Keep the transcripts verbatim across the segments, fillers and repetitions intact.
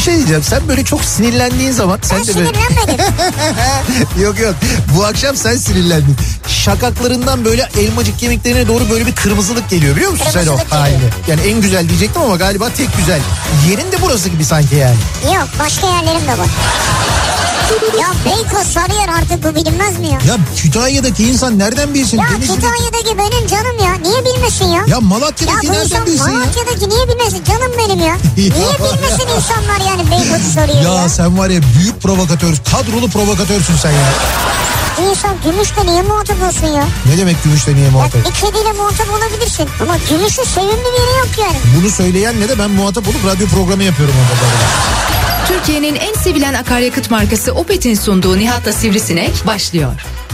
şey diyeceğim. Sen böyle çok sinirlendiğin zaman... Ben sen de böyle... sinirlenmedim. Yok yok. Bu akşam sen sinirlendin. Şakaklarından böyle elmacık kemiklerine doğru böyle bir kırmızılık geliyor, biliyor musun sen o halini? Yani en güzel diyecektim ama galiba tek güzel. Yerin de burası gibi sanki yani. Yok, başka yerlerim de var. Ya Beykoz, Sarıyer, artık bu bilinmez mi ya? Ya Kütahya'daki insan nereden bilsin? Ya Denizli... Kütahya'daki benim canım ya. Niye bilmesin ya? Ya Malatya'daki ya nereden bilsin ya? Malatya'daki niye bilmesin? Canım benim ya. Niye bilmesin insanlar yani Beykoz'u Sarıyer'i ya? Ya sen var ya büyük provokatör, kadrolu provokatörsün sen ya. İnsan gümüşle niye muhatap olsun ya? Ne demek gümüşle niye muhatap? Ya bir kediyle muhatap olabilirsin ama gümüşün sevimli bir yeri yok yani. Bunu söyleyen ne de ben muhatap olup radyo programı yapıyorum orada. Türkiye'nin en sevilen akaryakıt markası Opet'in sunduğu Nihat'la Sivrisinek başlıyor.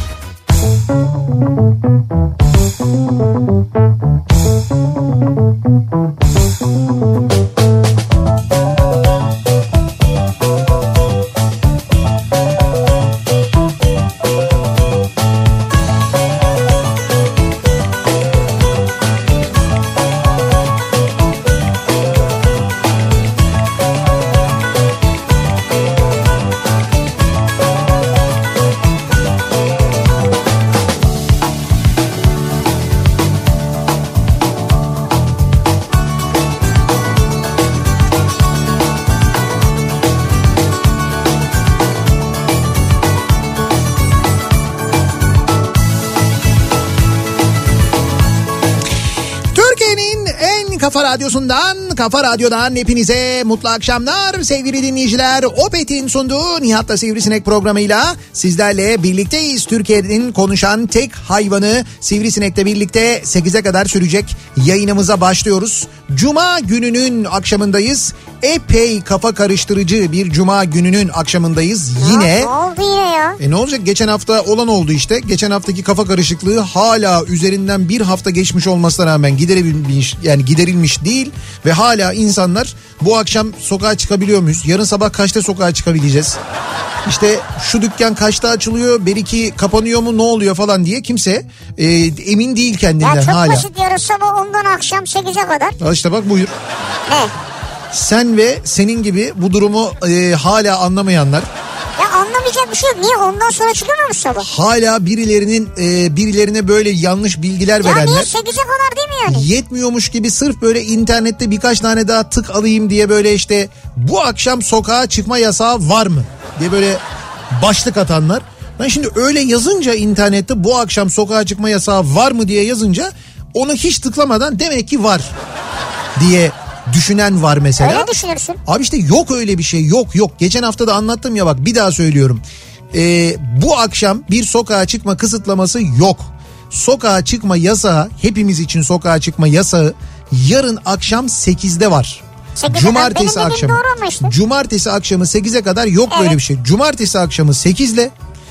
Kafa Radyosu'ndan, Kafa Radyo'dan hepinize mutlu akşamlar sevgili dinleyiciler. Opet'in sunduğu Nihat'la Sivrisinek programıyla sizlerle birlikteyiz. Türkiye'nin konuşan tek hayvanı Sivrisinek'le birlikte sekize kadar sürecek yayınımıza başlıyoruz. Cuma gününün akşamındayız. Epey kafa karıştırıcı bir cuma gününün akşamındayız. Yine... Ya, ne oldu yine ya? E ne olacak? Geçen hafta olan oldu işte. Geçen haftaki kafa karışıklığı hala üzerinden bir hafta geçmiş olmasına rağmen giderilmiş, yani giderilmiş değil. Ve hala insanlar bu akşam sokağa çıkabiliyor muyuz? Yarın sabah kaçta sokağa çıkabileceğiz? İşte şu dükkan kaçta açılıyor? Beriki kapanıyor mu? Ne oluyor falan diye kimse e, emin değil kendinden ya çok hala. Çok basit, yarın sabah ondan akşam sekize kadar. Ha işte bak buyur. Ne? Sen ve senin gibi bu durumu e, hala anlamayanlar. Ya anlamayacak bir şey yok. Niye? Ondan sonra çıkıyor mu sabah? Hala birilerinin e, birilerine böyle yanlış bilgiler ya verenler. Ya niye sekize kadar değil mi yani? Yetmiyormuş gibi sırf böyle internette birkaç tane daha tık alayım diye böyle işte bu akşam sokağa çıkma yasağı var mı diye böyle başlık atanlar. Ben şimdi öyle yazınca internette bu akşam sokağa çıkma yasağı var mı diye yazınca onu hiç tıklamadan demek ki var diye düşünen var mesela. Öyle düşünürsün. Abi işte yok öyle bir şey, yok yok. Geçen hafta da anlattım ya, bak bir daha söylüyorum. Ee, bu akşam bir sokağa çıkma kısıtlaması yok. Sokağa çıkma yasağı, hepimiz için sokağa çıkma yasağı yarın akşam sekizde var. Cumartesi akşamı. Işte. Cumartesi akşamı sekize kadar yok evet. Böyle bir şey. Cumartesi akşamı sekizle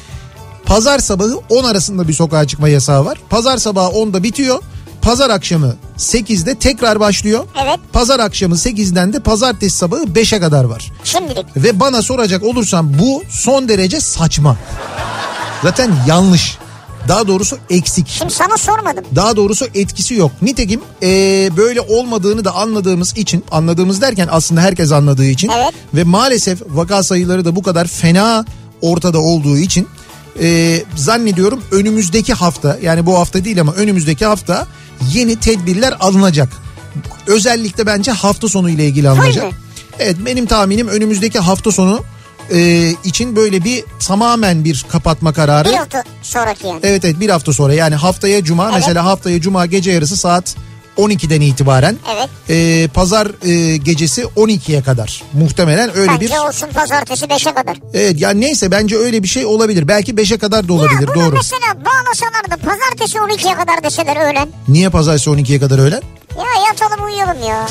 pazar sabahı on arasında bir sokağa çıkma yasağı var. Pazar sabahı onda bitiyor. Pazar akşamı sekizde tekrar başlıyor. Evet. Pazar akşamı sekizden de pazartesi sabahı beşe kadar var. Şimdilik. Ve bana soracak olursan bu son derece saçma. Zaten yanlış. Daha doğrusu eksik. Şimdi sana sormadım. Daha doğrusu etkisi yok. Nitekim ee, böyle olmadığını da anladığımız için, anladığımız derken aslında herkes anladığı için. Evet. Ve maalesef vaka sayıları da bu kadar fena ortada olduğu için ee, zannediyorum önümüzdeki hafta, yani bu hafta değil ama önümüzdeki hafta yeni tedbirler alınacak. Özellikle bence hafta sonu ile ilgili alınacak. Evet, benim tahminim önümüzdeki hafta sonu e, için böyle bir tamamen bir kapatma kararı. Bir hafta sonraki yani. Evet evet bir hafta sonra, yani haftaya cuma, evet. Mesela haftaya cuma gece yarısı saat on ikiden itibaren. Evet. E, pazar e, gecesi on ikiye kadar muhtemelen öyle bence bir. Bence olsun pazartesi beşe kadar. Evet yani neyse, bence öyle bir şey olabilir. Belki beşe kadar da olabilir, ya doğru. Mesela bağlasalar da pazartesi on ikiye kadar deseler öğlen. Niye pazartesi on ikiye kadar öğlen? Ya yatalım uyuyalım ya.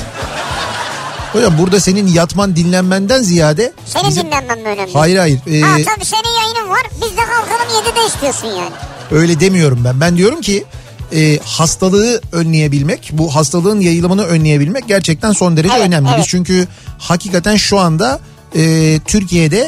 Hocam burada senin yatman dinlenmenden ziyade. Senin bizim... dinlenmen mi önemli? Hayır hayır. Ee... Ha tabii senin yayının var, biz de kalkalım yedide istiyorsun yani. Öyle demiyorum ben. Ben diyorum ki e, hastalığı önleyebilmek, bu hastalığın yayılımını önleyebilmek gerçekten son derece evet, önemli. Evet. Biz çünkü hakikaten şu anda e, Türkiye'de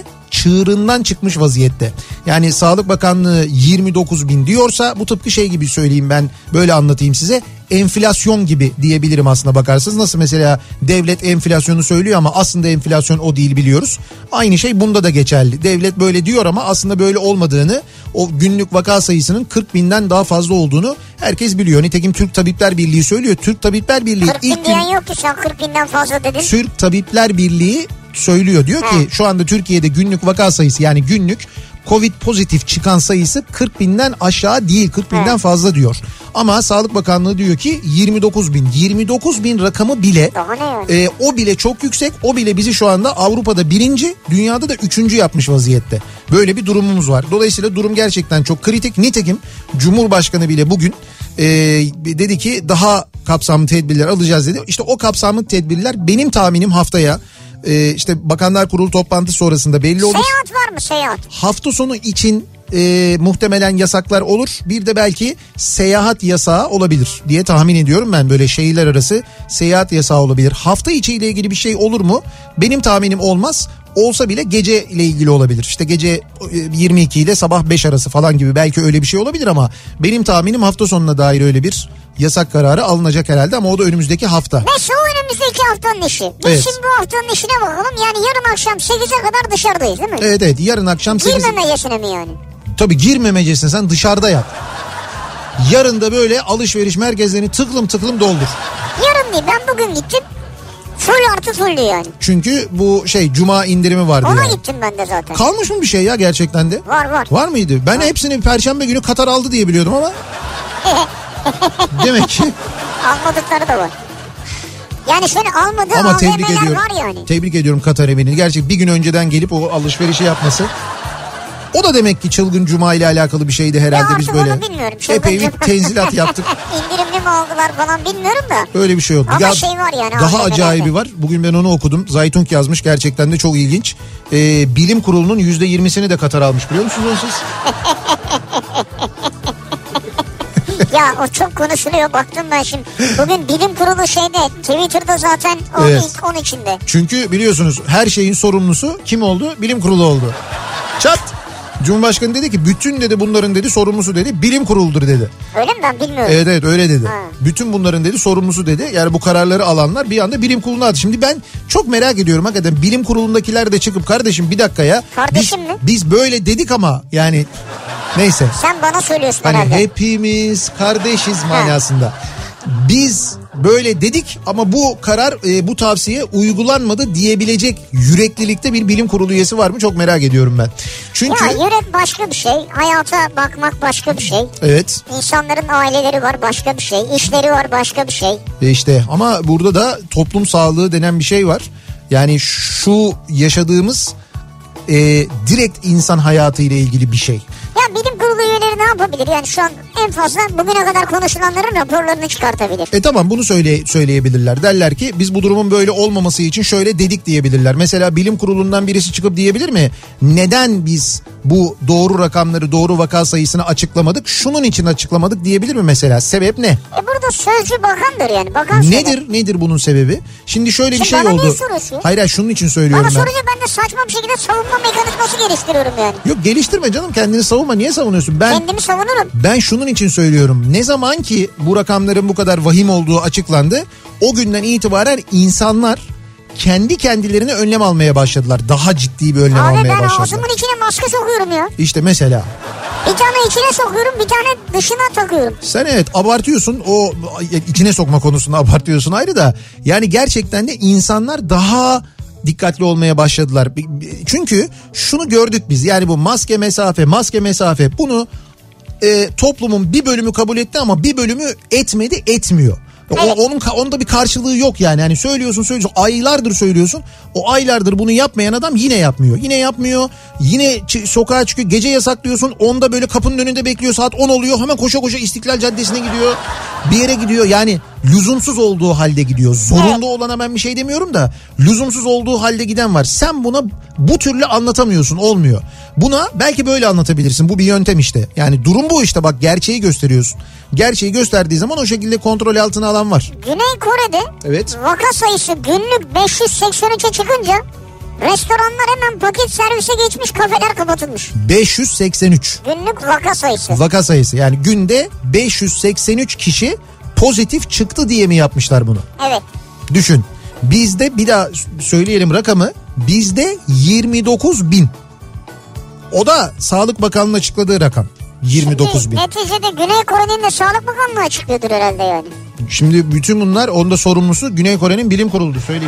çığırından çıkmış vaziyette. Yani Sağlık Bakanlığı yirmi dokuz bin diyorsa bu tıpkı şey gibi söyleyeyim, ben böyle anlatayım size. Enflasyon gibi diyebilirim aslına bakarsanız. Nasıl mesela devlet enflasyonu söylüyor ama aslında enflasyon o değil, biliyoruz. Aynı şey bunda da geçerli. Devlet böyle diyor ama aslında böyle olmadığını, o günlük vaka sayısının kırk binden daha fazla olduğunu herkes biliyor. Nitekim Türk Tabipler Birliği söylüyor. Türk Tabipler Birliği kırk bin ilk gün... diyen yok ki, sen kırk binden fazla dedin. Türk Tabipler Birliği söylüyor, diyor ki şu anda Türkiye'de günlük vaka sayısı, yani günlük Covid pozitif çıkan sayısı kırk binden aşağı değil, kırk binden fazla diyor. Ama Sağlık Bakanlığı diyor ki yirmi dokuz bin. yirmi dokuz bin rakamı bile, e, o bile çok yüksek. O bile bizi şu anda Avrupa'da birinci, dünyada da üçüncü yapmış vaziyette. Böyle bir durumumuz var. Dolayısıyla durum gerçekten çok kritik. Nitekim Cumhurbaşkanı bile bugün e, dedi ki daha kapsamlı tedbirler alacağız dedi. İşte o kapsamlı tedbirler benim tahminim haftaya, Ee, işte Bakanlar Kurulu toplantısı sonrasında belli olur. Seyahat var mı, seyahat? Hafta sonu için e, muhtemelen yasaklar olur. Bir de belki seyahat yasağı olabilir diye tahmin ediyorum ben. Böyle şehirler arası seyahat yasağı olabilir. Hafta içi ile ilgili bir şey olur mu? Benim tahminim olmaz. Olsa bile gece ile ilgili olabilir. İşte gece yirmi iki ile sabah beş arası falan gibi belki öyle bir şey olabilir ama benim tahminim hafta sonuna dair öyle bir yasak kararı alınacak herhalde, ama o da önümüzdeki hafta. Neyse, o önümüzdeki haftanın işi. Biz evet. şimdi bu haftanın işine bakalım. Yani yarın akşam sekize kadar dışarıdayız değil mi? Evet evet, yarın akşam sekiz. Girmemecesine mi yani? Tabii girmemecesine, sen dışarıda yap. Yarın da böyle alışveriş merkezlerini tıklım tıklım doldur. Yarın değil, ben bugün gittim. Full artı fulldü yani. Çünkü bu şey cuma indirimi vardı. Ona yani. gittim ben de zaten. Kalmış mı bir şey ya gerçekten de? Var var. Var mıydı? Ben var. Hepsini perşembe günü Katar aldı diye biliyordum ama. Demek ki. Almadıkları da var. Yani şöyle almadığı ama tebrik ediyorum. var yani. Tebrik ediyorum Katar evini. Gerçekten bir gün önceden gelip o alışverişi yapması. O da demek ki çılgın cuma ile alakalı bir şeydi herhalde. Ya biz böyle epey bir tenzilat yaptık. İndirimli mi aldılar falan bilmiyorum da. Öyle bir şey oldu. Ama ya, şey var yani. Daha acayibi var. Bugün ben onu okudum. Zaytunk yazmış, gerçekten de çok ilginç. Ee, bilim kurulunun yüzde yirmisini de Katar almış, biliyor musunuz onu siz? Ya o çok konuşuluyor, baktım ben şimdi. Bugün bilim kurulu şeyde, Twitter'da zaten o evet. ilk on içinde. Çünkü biliyorsunuz her şeyin sorumlusu kim oldu? Bilim kurulu oldu. Çat! Cumhurbaşkanı dedi ki bütün dedi bunların dedi sorumlusu dedi bilim kuruludur dedi. Öyle mi, ben bilmiyorum. Evet evet öyle dedi. Ha. Bütün bunların dedi sorumlusu dedi. Yani bu kararları alanlar bir anda bilim kuruluna aldı. Şimdi ben çok merak ediyorum hakikaten, bilim kurulundakiler de çıkıp kardeşim bir dakika ya. Kardeşim biz, mi? Biz böyle dedik ama yani neyse. Sen bana söylüyorsun hani herhalde. Hepimiz kardeşiz manasında. Ha. Biz böyle dedik ama bu karar, e, bu tavsiye uygulanmadı diyebilecek yüreklilikte bir bilim kurulu üyesi var mı? Çok merak ediyorum ben. Çünkü ya yürek başka bir şey, hayata bakmak başka bir şey. Evet. İnsanların aileleri var başka bir şey, işleri var başka bir şey. E işte ama burada da toplum sağlığı denen bir şey var. Yani şu yaşadığımız e, direkt insan hayatı ile ilgili bir şey. Ya bilim kurulu üyeleri ne yapabilir? Yani şu an en fazla bugüne kadar konuşulanların raporlarını çıkartabilir. E tamam, bunu söyle, söyleyebilirler. Derler ki biz bu durumun böyle olmaması için şöyle dedik diyebilirler. Mesela bilim kurulundan birisi çıkıp diyebilir mi? Neden biz bu doğru rakamları, doğru vaka sayısını açıklamadık? Şunun için açıklamadık diyebilir mi mesela? Sebep ne? E burada sözcü bakandır yani. Bakan nedir? söyler. Nedir bunun sebebi? Şimdi şöyle Şimdi bir şey bana oldu. niye soruyorsun? Hayır hayır, şunun için söylüyorum bana ben. Bana sorunca ben de saçma bir şekilde savunma mekanizması geliştiriyorum yani. Yok geliştirme canım, kendini savunma. Niye savunuyorsun? Ben kendimi savunurum. Ben şunun için söylüyorum. Ne zaman ki bu rakamların bu kadar vahim olduğu açıklandı, o günden itibaren insanlar kendi kendilerine önlem almaya başladılar. Daha ciddi bir önlem Abi almaya ben başladılar. ağzımın içine maske sokuyorum ya. İşte mesela. Bir tane içine sokuyorum, bir tane dışına takıyorum. Sen evet abartıyorsun, o içine sokma konusunda abartıyorsun ayrı da. Yani gerçekten de insanlar daha dikkatli olmaya başladılar. Çünkü şunu gördük biz, yani bu maske mesafe, maske mesafe bunu e, toplumun bir bölümü kabul etti ama bir bölümü etmedi, etmiyor. O, evet. onun onda bir karşılığı yok yani. Yani söylüyorsun söylüyorsun aylardır söylüyorsun. O aylardır bunu yapmayan adam yine yapmıyor. Yine yapmıyor. Yine ç- sokağa çıkıyor. Gece yasaklıyorsun. Onda böyle kapının önünde bekliyor. Saat on oluyor. Hemen koşa koşa İstiklal Caddesi'ne gidiyor. Bir yere gidiyor. Yani lüzumsuz olduğu halde gidiyor. Zorunda evet. olana ben bir şey demiyorum da lüzumsuz olduğu halde giden var. Sen buna bu türlü anlatamıyorsun. Olmuyor. Buna belki böyle anlatabilirsin. Bu bir yöntem işte. Yani durum bu işte. Bak gerçeği gösteriyorsun. Gerçeği gösterdiği zaman o şekilde kontrol altına alan var. Güney Kore'de evet. vaka sayısı günlük beş yüz seksen üçe çıkınca Restoranlar hemen paket servise geçmiş, kafeler kapatılmış. beş yüz seksen üç. Günlük vaka sayısı. Vaka sayısı yani günde beş yüz seksen üç kişi pozitif çıktı diye mi yapmışlar bunu? Evet. Düşün. Bizde bir daha söyleyelim rakamı. Bizde yirmi dokuz bin. O da Sağlık Bakanlığı'nın açıkladığı rakam. yirmi dokuz bin. Şimdi neticede Güney Kore'nin de Sağlık Bakanlığı açıklıyordur herhalde yani. Şimdi bütün bunlar, onda sorumlusu Güney Kore'nin bilim kuruludur söyleyeyim.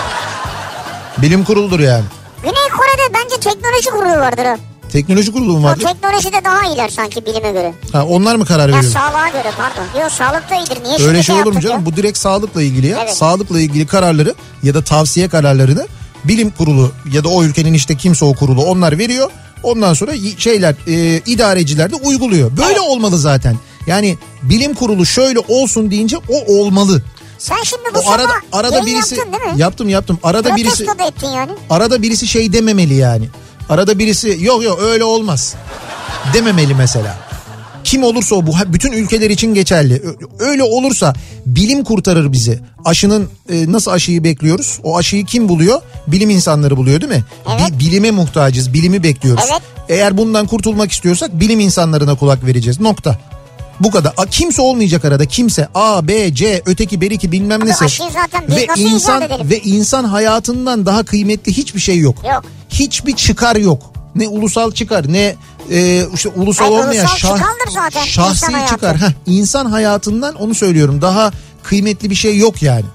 Bilim kuruludur yani. Güney Kore'de bence teknoloji kurulu vardır ha. Teknoloji kurulu mu vardır? O teknolojide daha iyiler sanki bilime göre. Ha, onlar mı karar veriyor? Ya sağlığa göre pardon. Yok sağlıkta iyidir. Niye şimdi öyle şey olur mu yaptık canım? ya? Bu direkt sağlıkla ilgili ya. Evet. Sağlıkla ilgili kararları ya da tavsiye kararlarını bilim kurulu ya da o ülkenin işte kimse o kurulu onlar veriyor. Ondan sonra şeyler e, idareciler de uyguluyor. Böyle evet. olmalı zaten. Yani bilim kurulu şöyle olsun deyince o olmalı. Sen şimdi bu o sabah arada, arada birisi, yaptın değil mi? Yaptım yaptım. Arada Protesto birisi da ettin yani. Arada birisi şey dememeli yani. Arada birisi yok yok öyle olmaz dememeli mesela. Kim olursa o, bu bütün ülkeler için geçerli. Öyle olursa bilim kurtarır bizi. Aşının e, nasıl aşıyı bekliyoruz? O aşıyı kim buluyor? Bilim insanları buluyor değil mi? Evet. Bi, bilime muhtacız, bilimi bekliyoruz. Evet. Eğer bundan kurtulmak istiyorsak bilim insanlarına kulak vereceğiz. Nokta. Bu kadar. A, kimse olmayacak arada, kimse. A, B, C, öteki, beriki bilmem nesi. Aşıyı zaten biz ve nasıl insan icat edelim? ve insan hayatından daha kıymetli hiçbir şey yok. Yok. Hiçbir çıkar yok. Ne ulusal çıkar, ne e, işte ulusal Hayır, olmayan ulusal şah, zaten, şahsi insan çıkar. Heh, insan hayatından onu söylüyorum. Daha kıymetli bir şey yok yani.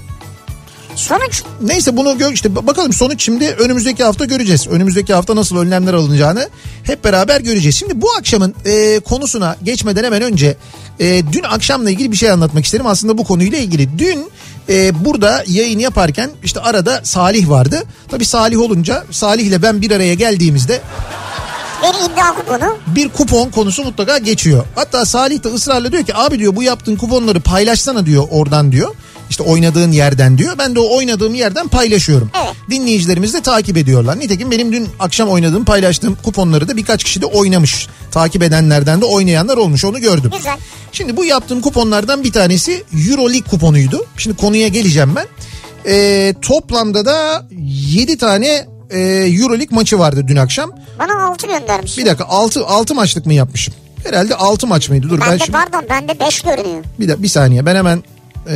Sonuç? Neyse bunu gör işte bakalım sonuç şimdi önümüzdeki hafta göreceğiz. Önümüzdeki hafta nasıl önlemler alınacağını hep beraber göreceğiz. Şimdi bu akşamın e, konusuna geçmeden hemen önce e, dün akşamla ilgili bir şey anlatmak isterim. Aslında bu konuyla ilgili. Dün e, burada yayın yaparken işte arada Salih vardı. Tabii Salih olunca Salih'le ben bir araya geldiğimizde bir iddia kuponu. Bir kupon konusu mutlaka geçiyor. Hatta Salih de ısrarla diyor ki abi diyor bu yaptığın kuponları paylaşsana diyor oradan diyor. İşte oynadığın yerden diyor. Ben de o oynadığım yerden paylaşıyorum. Evet. Dinleyicilerimiz de takip ediyorlar. Nitekim benim dün akşam oynadığım, paylaştığım kuponları da birkaç kişi de oynamış. Takip edenlerden de oynayanlar olmuş, onu gördüm. Güzel. Şimdi bu yaptığım kuponlardan bir tanesi Euroleague kuponuydu. Şimdi konuya geleceğim ben. Ee, toplamda da yedi tane e, Euroleague maçı vardı dün akşam. Bana altı göndermiş. Bir dakika altı altı maçlık mı yapmışım? Herhalde altı maç mıydı? Dur ben, ben de, şimdi... pardon bende beş görünüyor. Bir, de, bir saniye ben hemen...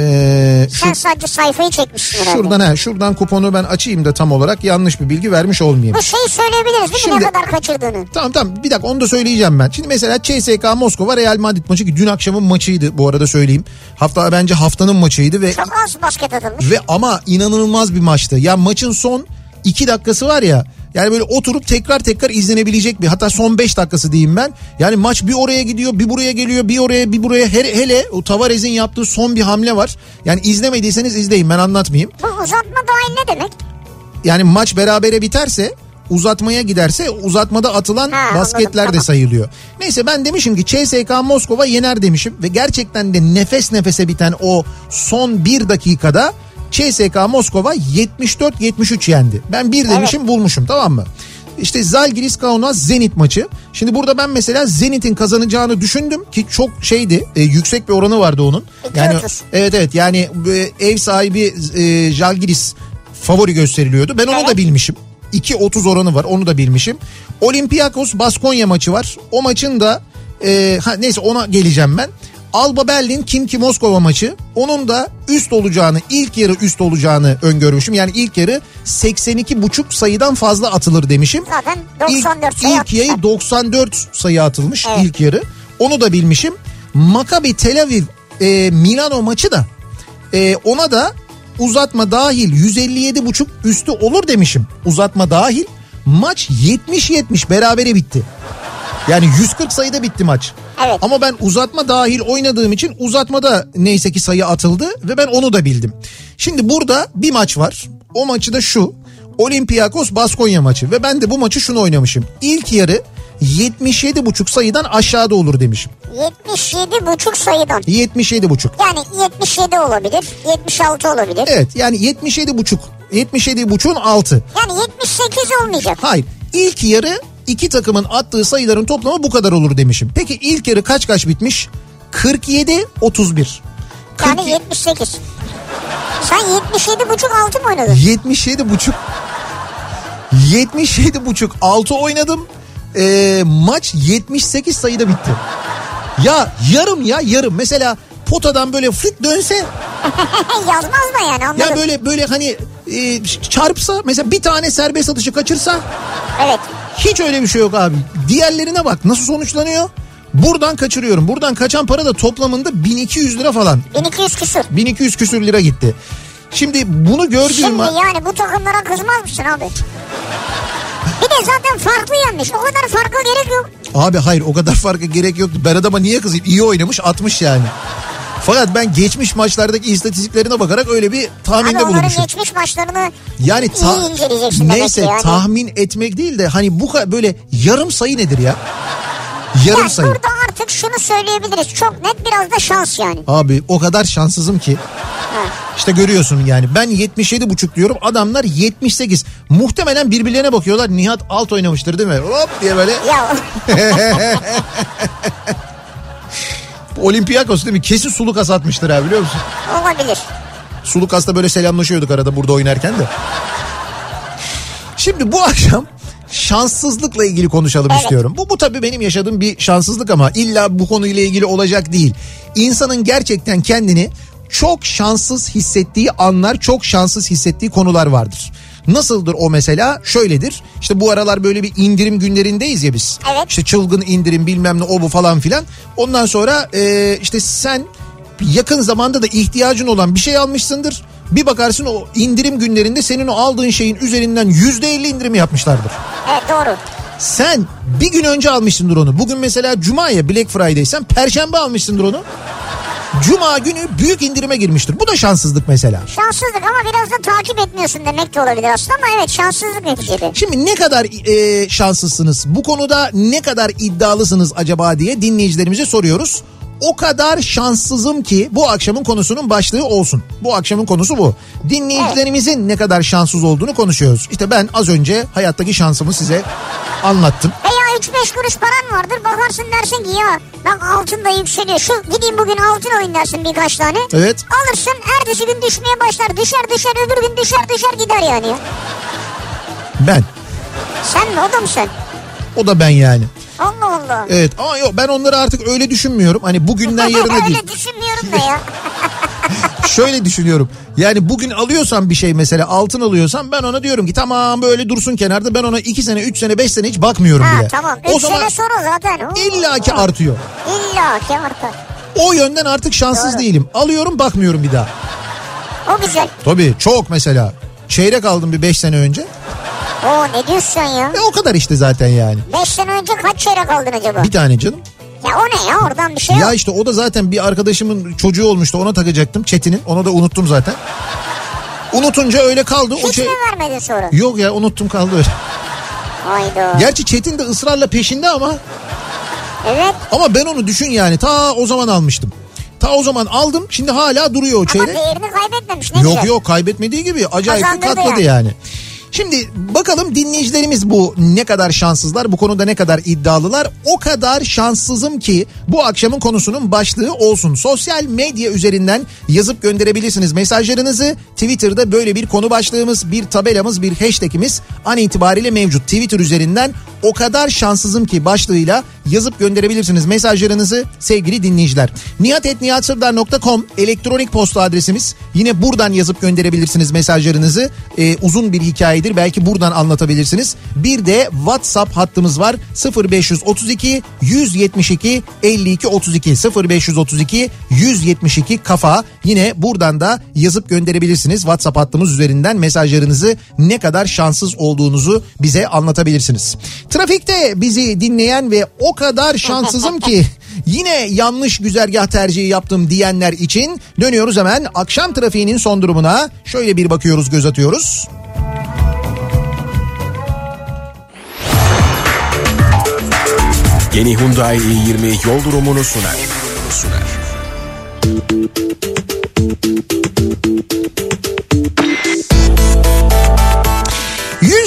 Ee, Sen şu, sadece sayfayı çekmişsin herhalde. Şuradan he, şuradan kuponu ben açayım da tam olarak yanlış bir bilgi vermiş olmayayım. Bu şeyi söyleyebiliriz değil mi? Şimdi, ne kadar kaçırdığını. Tamam tamam bir dakika onu da söyleyeceğim ben. Şimdi mesela C S K A Moskova Real Madrid maçı ki dün akşamın maçıydı bu arada söyleyeyim. Hafta bence haftanın maçıydı ve çok az basket atılmış. Ve ama inanılmaz bir maçtı. Ya maçın son iki dakikası var ya. Yani böyle oturup tekrar tekrar izlenebilecek bir, hatta son beş dakikası diyeyim ben. Yani maç bir oraya gidiyor, bir buraya geliyor, bir oraya bir buraya. Hele, hele o Tavares'in yaptığı son bir hamle var. Yani izlemediyseniz izleyin, ben anlatmayayım. Bu uzatma dahil ne demek? Yani maç berabere biterse, uzatmaya giderse uzatmada atılan ha, basketler anladım, de tamam. sayılıyor. Neyse ben demişim ki C S K A Moskova yener demişim. Ve gerçekten de nefes nefese biten o son bir dakikada C S K A Moskova yetmiş dört yetmiş üç yendi. Ben bir demişim, evet. bulmuşum, tamam mı? İşte Zalgiris Kaunas Zenit maçı. Şimdi burada ben mesela Zenit'in kazanacağını düşündüm ki çok şeydi, e, yüksek bir oranı vardı onun. Yani evet evet yani e, ev sahibi e, Zalgiris favori gösteriliyordu. Ben onu evet. da bilmişim. iki otuz oranı var, onu da bilmişim. Olympiakos Baskonya maçı var. O maçın da e, ha, neyse ona geleceğim ben. Alba Berlin Kimki Moskova maçı, onun da üst olacağını, ilk yarı üst olacağını öngörmüşüm. Yani ilk yarı seksen iki buçuk sayıdan fazla atılır demişim. Zaten doksan dört ilk, sayı ilk yarı doksan dört sayı atılmış, evet. ilk yarı. Onu da bilmişim. Maccabi Tel Aviv e, Milano maçı da e, ona da uzatma dahil yüz elli yedi buçuk üstü olur demişim. Uzatma dahil. Maç yetmiş yetmiş berabere bitti. Yani yüz kırk sayıda bitti maç. Evet. Ama ben uzatma dahil oynadığım için uzatmada neyse ki sayı atıldı ve ben onu da bildim. Şimdi burada bir maç var. O maçı da şu. Olympiakos Baskonya maçı ve ben de bu maçı şunu oynamışım. İlk yarı yetmiş yedi buçuk sayıdan aşağıda olur demişim. yetmiş yedi buçuk sayıdan. yetmiş yedi buçuk. Yani yetmiş yedi olabilir, yetmiş altı olabilir. Evet yani yetmiş yedi buçuk. yetmiş yedi buçuğun altı. Yani yetmiş sekiz olmayacak. Hayır. İlk yarı İki takımın attığı sayıların toplamı bu kadar olur demişim. Peki ilk yarı kaç kaç bitmiş? kırk yedi otuz bir. Yani yetmiş sekiz. Sen yetmiş yedi buçuk altı mı oynadın? yetmiş yedi buçuk. yetmiş yedi buçuk altı oynadım. Ee, maç yetmiş sekiz sayıda bitti. Ya yarım ya yarım. Mesela potadan böyle fıt dönse. Yazmaz da yani, anladım. Ya böyle böyle hani e, çarpsa mesela, bir tane serbest atışı kaçırsa. Evet. Hiç öyle bir şey yok abi. Diğerlerine bak nasıl sonuçlanıyor. Buradan kaçırıyorum. Buradan kaçan para da toplamında bin iki yüz lira falan. bin iki yüz küsür. bin iki yüz küsür lira gitti. Şimdi bunu gördüğüm... Şimdi yani bu takımlara kızmaz mısın abi? Bir de zaten farklı yenmiş. O kadar farka gerek yok. Abi hayır, o kadar farka gerek yoktu. Ben adama niye kızayım? İyi oynamış, atmış yani. Fakat ben geçmiş maçlardaki istatistiklerine bakarak öyle bir tahminde bulunmuşum. bulunmuşum. Geçmiş maçlarını yani ta- iyi inceleyeceksin. Neyse yani. tahmin etmek değil de hani bu böyle yarım sayı nedir ya? Yarım ya sayı. Burada artık şunu söyleyebiliriz. Çok net, biraz da şans yani. Abi o kadar şanssızım ki. Ha. İşte görüyorsun yani, ben yetmiş yedi buçuk diyorum, adamlar yetmiş sekiz. Muhtemelen birbirlerine bakıyorlar. Nihat alt oynamıştır değil mi? Hop diye böyle. Ya. Olympiakos değil mi? Kesin Sulukas atmıştır abi, biliyor musun? Olabilir. Sulukas'la böyle selamlaşıyorduk arada burada oynarken de. Şimdi bu akşam şanssızlıkla ilgili konuşalım evet. istiyorum. Bu, bu tabii benim yaşadığım bir şanssızlık ama illa bu konuyla ilgili olacak değil. İnsanın gerçekten kendini çok şanssız hissettiği anlar, çok şanssız hissettiği konular vardır. Nasıldır o mesela? Şöyledir. İşte bu aralar böyle bir indirim günlerindeyiz ya biz. Evet. İşte çılgın indirim bilmem ne o bu falan filan. Ondan sonra e, işte sen yakın zamanda da ihtiyacın olan bir şey almışsındır. Bir bakarsın o indirim günlerinde senin o aldığın şeyin üzerinden yüzde elli indirim yapmışlardır. Evet, doğru. Sen bir gün önce almışsındır onu. Bugün mesela Cuma ya, Black Friday, sen Perşembe almışsındır onu. Cuma günü büyük indirime girmiştir. Bu da şanssızlık mesela. Şanssızlık ama biraz da takip etmiyorsun demek de olabilir aslında, ama evet, şanssızlık neticede. Şimdi ne kadar e, şanslısınız? Bu konuda ne kadar iddialısınız acaba diye dinleyicilerimize soruyoruz. O kadar şanssızım ki bu akşamın konusunun başlığı olsun. Bu akşamın konusu bu. Dinleyicilerimizin evet. ne kadar şanssız olduğunu konuşuyoruz. İşte ben az önce hayattaki şansımı size anlattım. Veya üç beş kuruş paran vardır, bakarsın dersin ki ya bak altın da yükseliyor. Şu gideyim bugün altın alayım dersin birkaç tane. Evet. Alırsın, ertesi gün düşmeye başlar. Düşer düşer öbür gün düşer düşer gider yani. Ben. Sen mi, o da mı sen? O da ben yani. Allah Allah. Evet ama yok, ben onları artık öyle düşünmüyorum. Hani bugünden yarına değil. Öyle düşünmüyorum da ya. Şöyle düşünüyorum. Yani bugün alıyorsam bir şey, mesela altın alıyorsam, ben ona diyorum ki tamam böyle dursun kenarda. Ben ona iki sene, üç sene, beş sene hiç bakmıyorum ha, bile. Tamam. O üç zaman sene sonra zaten. illaki artıyor. İllaki artar. O yönden artık şanssız Doğru. değilim. Alıyorum, bakmıyorum bir daha. O güzel. Tabii çok mesela. Çeyrek aldım bir beş sene önce. Oo, ne diyorsun ya? E o kadar işte zaten yani. beş sene önce kaç çeyrek aldın acaba? Bir tane canım. Ya o ne ya, oradan bir şey Ya yok. işte o da zaten bir arkadaşımın çocuğu olmuştu, ona takacaktım, Çetin'in. Onu da unuttum zaten. Unutunca öyle kaldı. Hiç o şey... mi vermedin sonra? Yok ya, unuttum kaldı öyle. Hayda. Gerçi Çetin de ısrarla peşinde ama. Evet. Ama ben onu düşün yani, ta o zaman almıştım. Ta o zaman aldım, şimdi hala duruyor o çeyrek. Ama değerini kaybetmemiş, ne Yok güzel. yok, kaybetmediği gibi acayip bir katladı yani. yani. Şimdi bakalım dinleyicilerimiz bu ne kadar şanssızlar, bu konuda ne kadar iddialılar. O kadar şanssızım ki bu akşamın konusunun başlığı olsun. Sosyal medya üzerinden yazıp gönderebilirsiniz mesajlarınızı. Twitter'da böyle bir konu başlığımız, bir tabelamız, bir hashtagimiz an itibariyle mevcut. Twitter üzerinden o kadar şanssızım ki başlığıyla yazıp gönderebilirsiniz mesajlarınızı sevgili dinleyiciler. nihat et nihat sırdar nokta com elektronik posta adresimiz. Yine buradan yazıp gönderebilirsiniz mesajlarınızı. Ee, uzun bir hikayedir, belki buradan anlatabilirsiniz. Bir de WhatsApp hattımız var. sıfır beş otuz iki yüz yetmiş iki elli iki otuz iki sıfır beş otuz iki yüz yetmiş iki kafa. Yine buradan da yazıp gönderebilirsiniz. WhatsApp hattımız üzerinden mesajlarınızı, ne kadar şanssız olduğunuzu bize anlatabilirsiniz. Trafikte bizi dinleyen ve o kadar şanssızım ki yine yanlış güzergah tercihi yaptım diyenler için dönüyoruz hemen akşam trafiğinin son durumuna. Şöyle bir bakıyoruz, göz atıyoruz. Yeni Hyundai i yirmi yol durumunu sunar. sunar. yüzde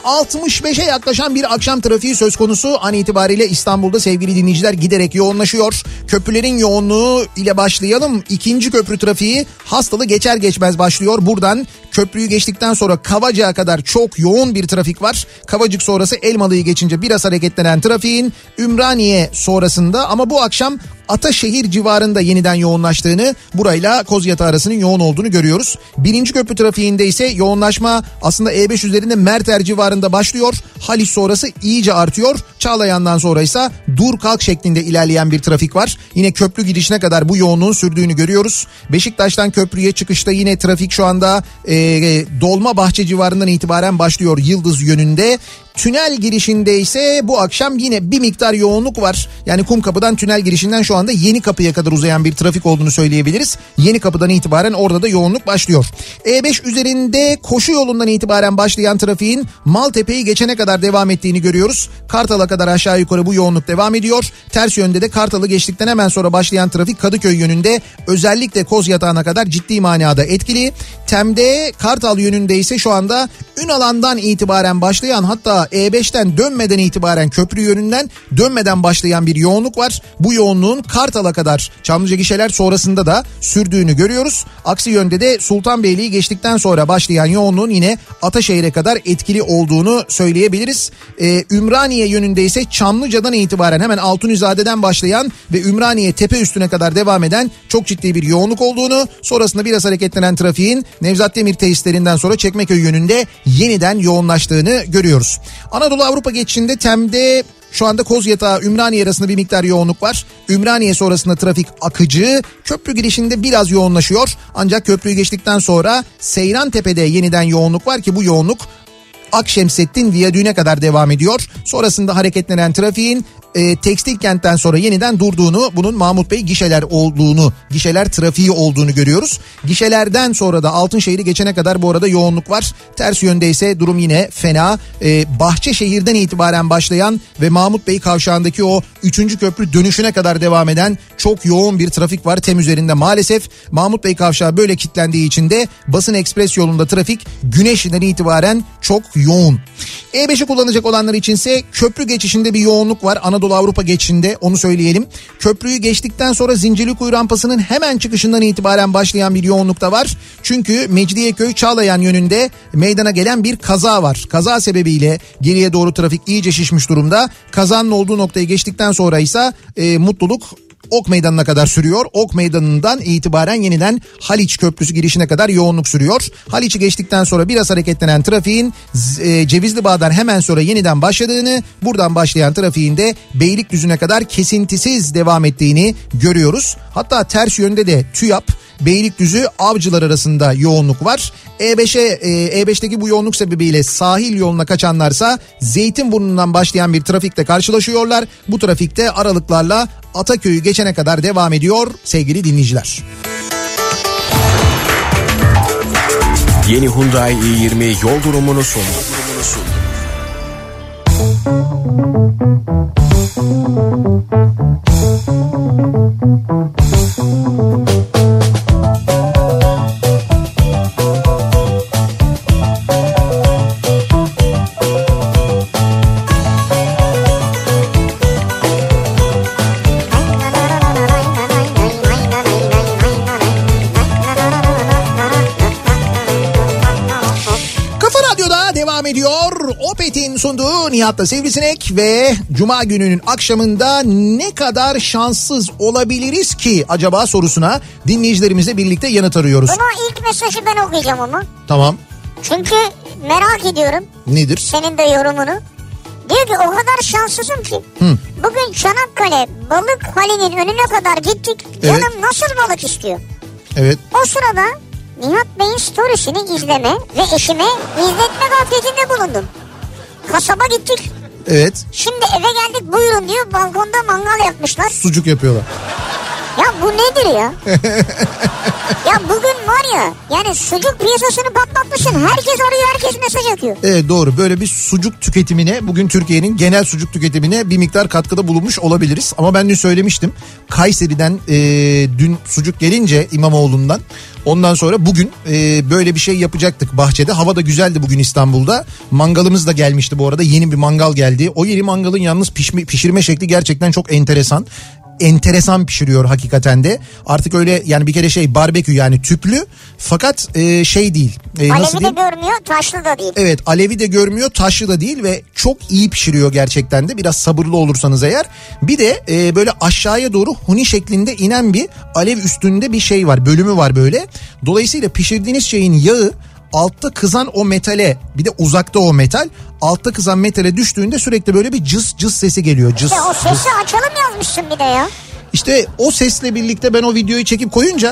altmış beşe yaklaşan bir akşam trafiği söz konusu. An itibariyle İstanbul'da sevgili dinleyiciler giderek yoğunlaşıyor. Köprülerin yoğunluğu ile başlayalım. İkinci köprü trafiği Hastalı geçer geçmez başlıyor. Buradan köprüyü geçtikten sonra Kavacık'a kadar çok yoğun bir trafik var. Kavacık sonrası Elmalı'yı geçince biraz hareketlenen trafiğin Ümraniye sonrasında ama bu akşam Ataşehir civarında yeniden yoğunlaştığını, burayla Kozyatağı arasının yoğun olduğunu görüyoruz. Birinci köprü trafiğinde ise yoğunlaşma aslında E beş üzerinde Merter civarında başlıyor. Haliç sonrası iyice artıyor. Çağlayan'dan sonra ise dur kalk şeklinde ilerleyen bir trafik var. Yine köprü girişine kadar bu yoğunluğun sürdüğünü görüyoruz. Beşiktaş'tan köprüye çıkışta yine trafik şu anda e, Dolmabahçe civarından itibaren başlıyor Yıldız yönünde. Tünel girişinde ise bu akşam yine bir miktar yoğunluk var. Yani Kumkapı'dan tünel girişinden şu anda Yenikapı'ya kadar uzayan bir trafik olduğunu söyleyebiliriz. Yenikapı'dan itibaren orada da yoğunluk başlıyor. E beş üzerinde koşu yolundan itibaren başlayan trafiğin Maltepe'yi geçene kadar devam ettiğini görüyoruz. Kartal'a kadar aşağı yukarı bu yoğunluk devam ediyor. Ters yönde de Kartal'ı geçtikten hemen sonra başlayan trafik Kadıköy yönünde özellikle Kozyatağı'na kadar ciddi manada etkili. Tem'de Kartal yönünde ise şu anda Ünalan'dan itibaren başlayan, hatta E beşten dönmeden itibaren köprü yönünden dönmeden başlayan bir yoğunluk var. Bu yoğunluğun Kartal'a kadar Çamlıca gişeler sonrasında da sürdüğünü görüyoruz. Aksi yönde de Sultanbeyli'yi geçtikten sonra başlayan yoğunluğun yine Ataşehir'e kadar etkili olduğunu söyleyebiliriz. Ee, Ümraniye yönünde ise Çamlıca'dan itibaren hemen Altunizade'den başlayan ve Ümraniye tepe üstüne kadar devam eden çok ciddi bir yoğunluk olduğunu, sonrasında biraz hareketlenen trafiğin Nevzat Demir tesislerinden sonra Çekmeköy yönünde yeniden yoğunlaştığını görüyoruz. Anadolu Avrupa geçişinde Tem'de şu anda Kozyatağı Ümraniye arasında bir miktar yoğunluk var. Ümraniye sonrasında trafik akıcı. Köprü girişinde biraz yoğunlaşıyor. Ancak köprüyü geçtikten sonra Seyrantepe'de yeniden yoğunluk var ki bu yoğunluk Akşemseddin Viyadüğü'ne kadar devam ediyor. Sonrasında hareketlenen trafiğin e, tekstil kentten sonra yeniden durduğunu, bunun Mahmut Bey gişeler olduğunu, gişeler trafiği olduğunu görüyoruz. Gişelerden sonra da Altınşehir'i geçene kadar bu arada yoğunluk var. Ters yönde ise durum yine fena. E, Bahçeşehir'den itibaren başlayan ve Mahmut Bey kavşağındaki o üçüncü köprü dönüşüne kadar devam eden çok yoğun bir trafik var Tem üzerinde maalesef. Mahmut Bey kavşağı böyle kilitlendiği için de Basın Ekspres yolunda trafik Güneşli'den itibaren çok yoğun. E beşi kullanacak olanlar içinse köprü geçişinde bir yoğunluk var. Anadolu Avrupa geçişinde, onu söyleyelim. Köprüyü geçtikten sonra Zincirlikuyu rampasının hemen çıkışından itibaren başlayan bir yoğunluk da var. Çünkü Mecidiyeköy Çağlayan yönünde meydana gelen bir kaza var. Kaza sebebiyle geriye doğru trafik iyice şişmiş durumda. Kazanın olduğu noktayı geçtikten sonra ise e, mutluluk Ok Meydanı'na kadar sürüyor. Ok Meydanı'ndan itibaren yeniden Haliç Köprüsü girişine kadar yoğunluk sürüyor. Haliç'i geçtikten sonra biraz hareketlenen trafiğin e, Cevizli Bağ'dan hemen sonra yeniden başladığını, buradan başlayan trafiğin de Beylikdüzü'ne kadar kesintisiz devam ettiğini görüyoruz. Hatta ters yönde de TÜYAP, Beylikdüzü Avcılar arasında yoğunluk var. E beşe e, E beşteki bu yoğunluk sebebiyle sahil yoluna kaçanlarsa Zeytinburnu'ndan başlayan bir trafikle karşılaşıyorlar. Bu trafikte aralıklarla Ataköy'ü geçene kadar devam ediyor sevgili dinleyiciler. Yeni Hyundai i yirmi yol durumunu sunuyor. Opet'in sunduğu Nihat'la Sivrisinek ve Cuma gününün akşamında ne kadar şanssız olabiliriz ki acaba sorusuna dinleyicilerimizle birlikte yanıt arıyoruz. Buna ilk mesajı ben okuyacağım ama. Tamam. Çünkü merak ediyorum. Nedir? Senin de yorumunu. Diyor ki o kadar şanssızım ki. Hı. Bugün Çanakkale balık halinin önüne kadar gittik. Evet. Canım nasıl balık istiyor? Evet. O sırada Nihat Bey'in storiesini izleme ve eşime izletme gafletinde bulundum. Kasaba gittik. Evet. Şimdi eve geldik buyurun diyor, balkonda mangal yapmışlar. Sucuk yapıyorlar. Ya bu nedir ya? Ya bugün var ya, yani sucuk piyasasını patlatmışsın. Herkes arıyor, herkes mesaj sıcak yiyor. Evet doğru, böyle bir sucuk tüketimine, bugün Türkiye'nin genel sucuk tüketimine bir miktar katkıda bulunmuş olabiliriz. Ama ben dün söylemiştim, Kayseri'den e, dün sucuk gelince İmamoğlu'ndan, ondan sonra bugün e, böyle bir şey yapacaktık bahçede. Hava da güzeldi bugün İstanbul'da. Mangalımız da gelmişti bu arada, yeni bir mangal geldi. O yeni mangalın yalnız pişme, pişirme şekli gerçekten çok enteresan. Enteresan pişiriyor hakikaten de. Artık öyle yani bir kere şey barbekü yani tüplü, fakat e, şey değil. E, Alevi de görmüyor, taşlı da değil. Evet, alevi de görmüyor, taşlı da değil ve çok iyi pişiriyor gerçekten de. Biraz sabırlı olursanız eğer. Bir de e, böyle aşağıya doğru huni şeklinde inen bir alev üstünde bir şey var, bölümü var böyle. Dolayısıyla pişirdiğiniz şeyin yağı altta kızan o metale, bir de uzakta o metal, altta kızan metale düştüğünde sürekli böyle bir cız cız sesi geliyor. Cız, İşte o sesi cız. açalım yazmışsın bir de ya. İşte o sesle birlikte ben o videoyu çekip koyunca,